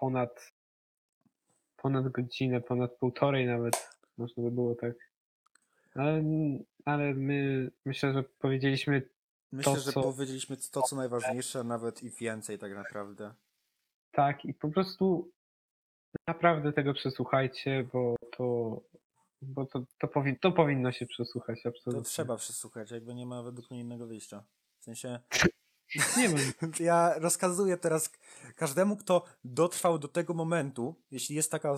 C: ponad godzinę, ponad półtorej nawet, można by było tak. Ale, ale my myślę, że powiedzieliśmy to,
B: Myślę, że
C: co
B: powiedzieliśmy to, co najważniejsze, a nawet i więcej tak naprawdę.
C: tak i po prostu naprawdę tego przesłuchajcie, to powinno się przesłuchać,
B: To
C: absolutnie.
B: trzeba przesłuchać, jakby nie ma według mnie innego wyjścia. W sensie...
C: Nie ma.
B: Ja rozkazuję teraz każdemu, kto dotrwał do tego momentu, jeśli jest taka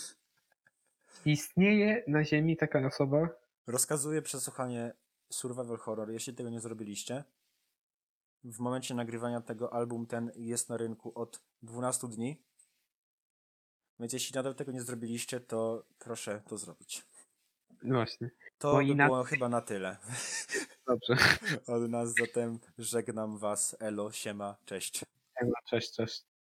C: Istnieje na Ziemi taka osoba,
B: rozkazuję przesłuchanie Survival Horror, jeśli tego nie zrobiliście. W momencie nagrywania tego album ten jest na rynku od 12 dni. Więc jeśli nadal tego nie zrobiliście, to proszę to zrobić.
C: właśnie,
B: To
C: bo
B: by
C: inaczej
B: było chyba na tyle
C: dobrze.
B: od nas, zatem żegnam was, elo, siema, cześć.
C: Cześć, cześć.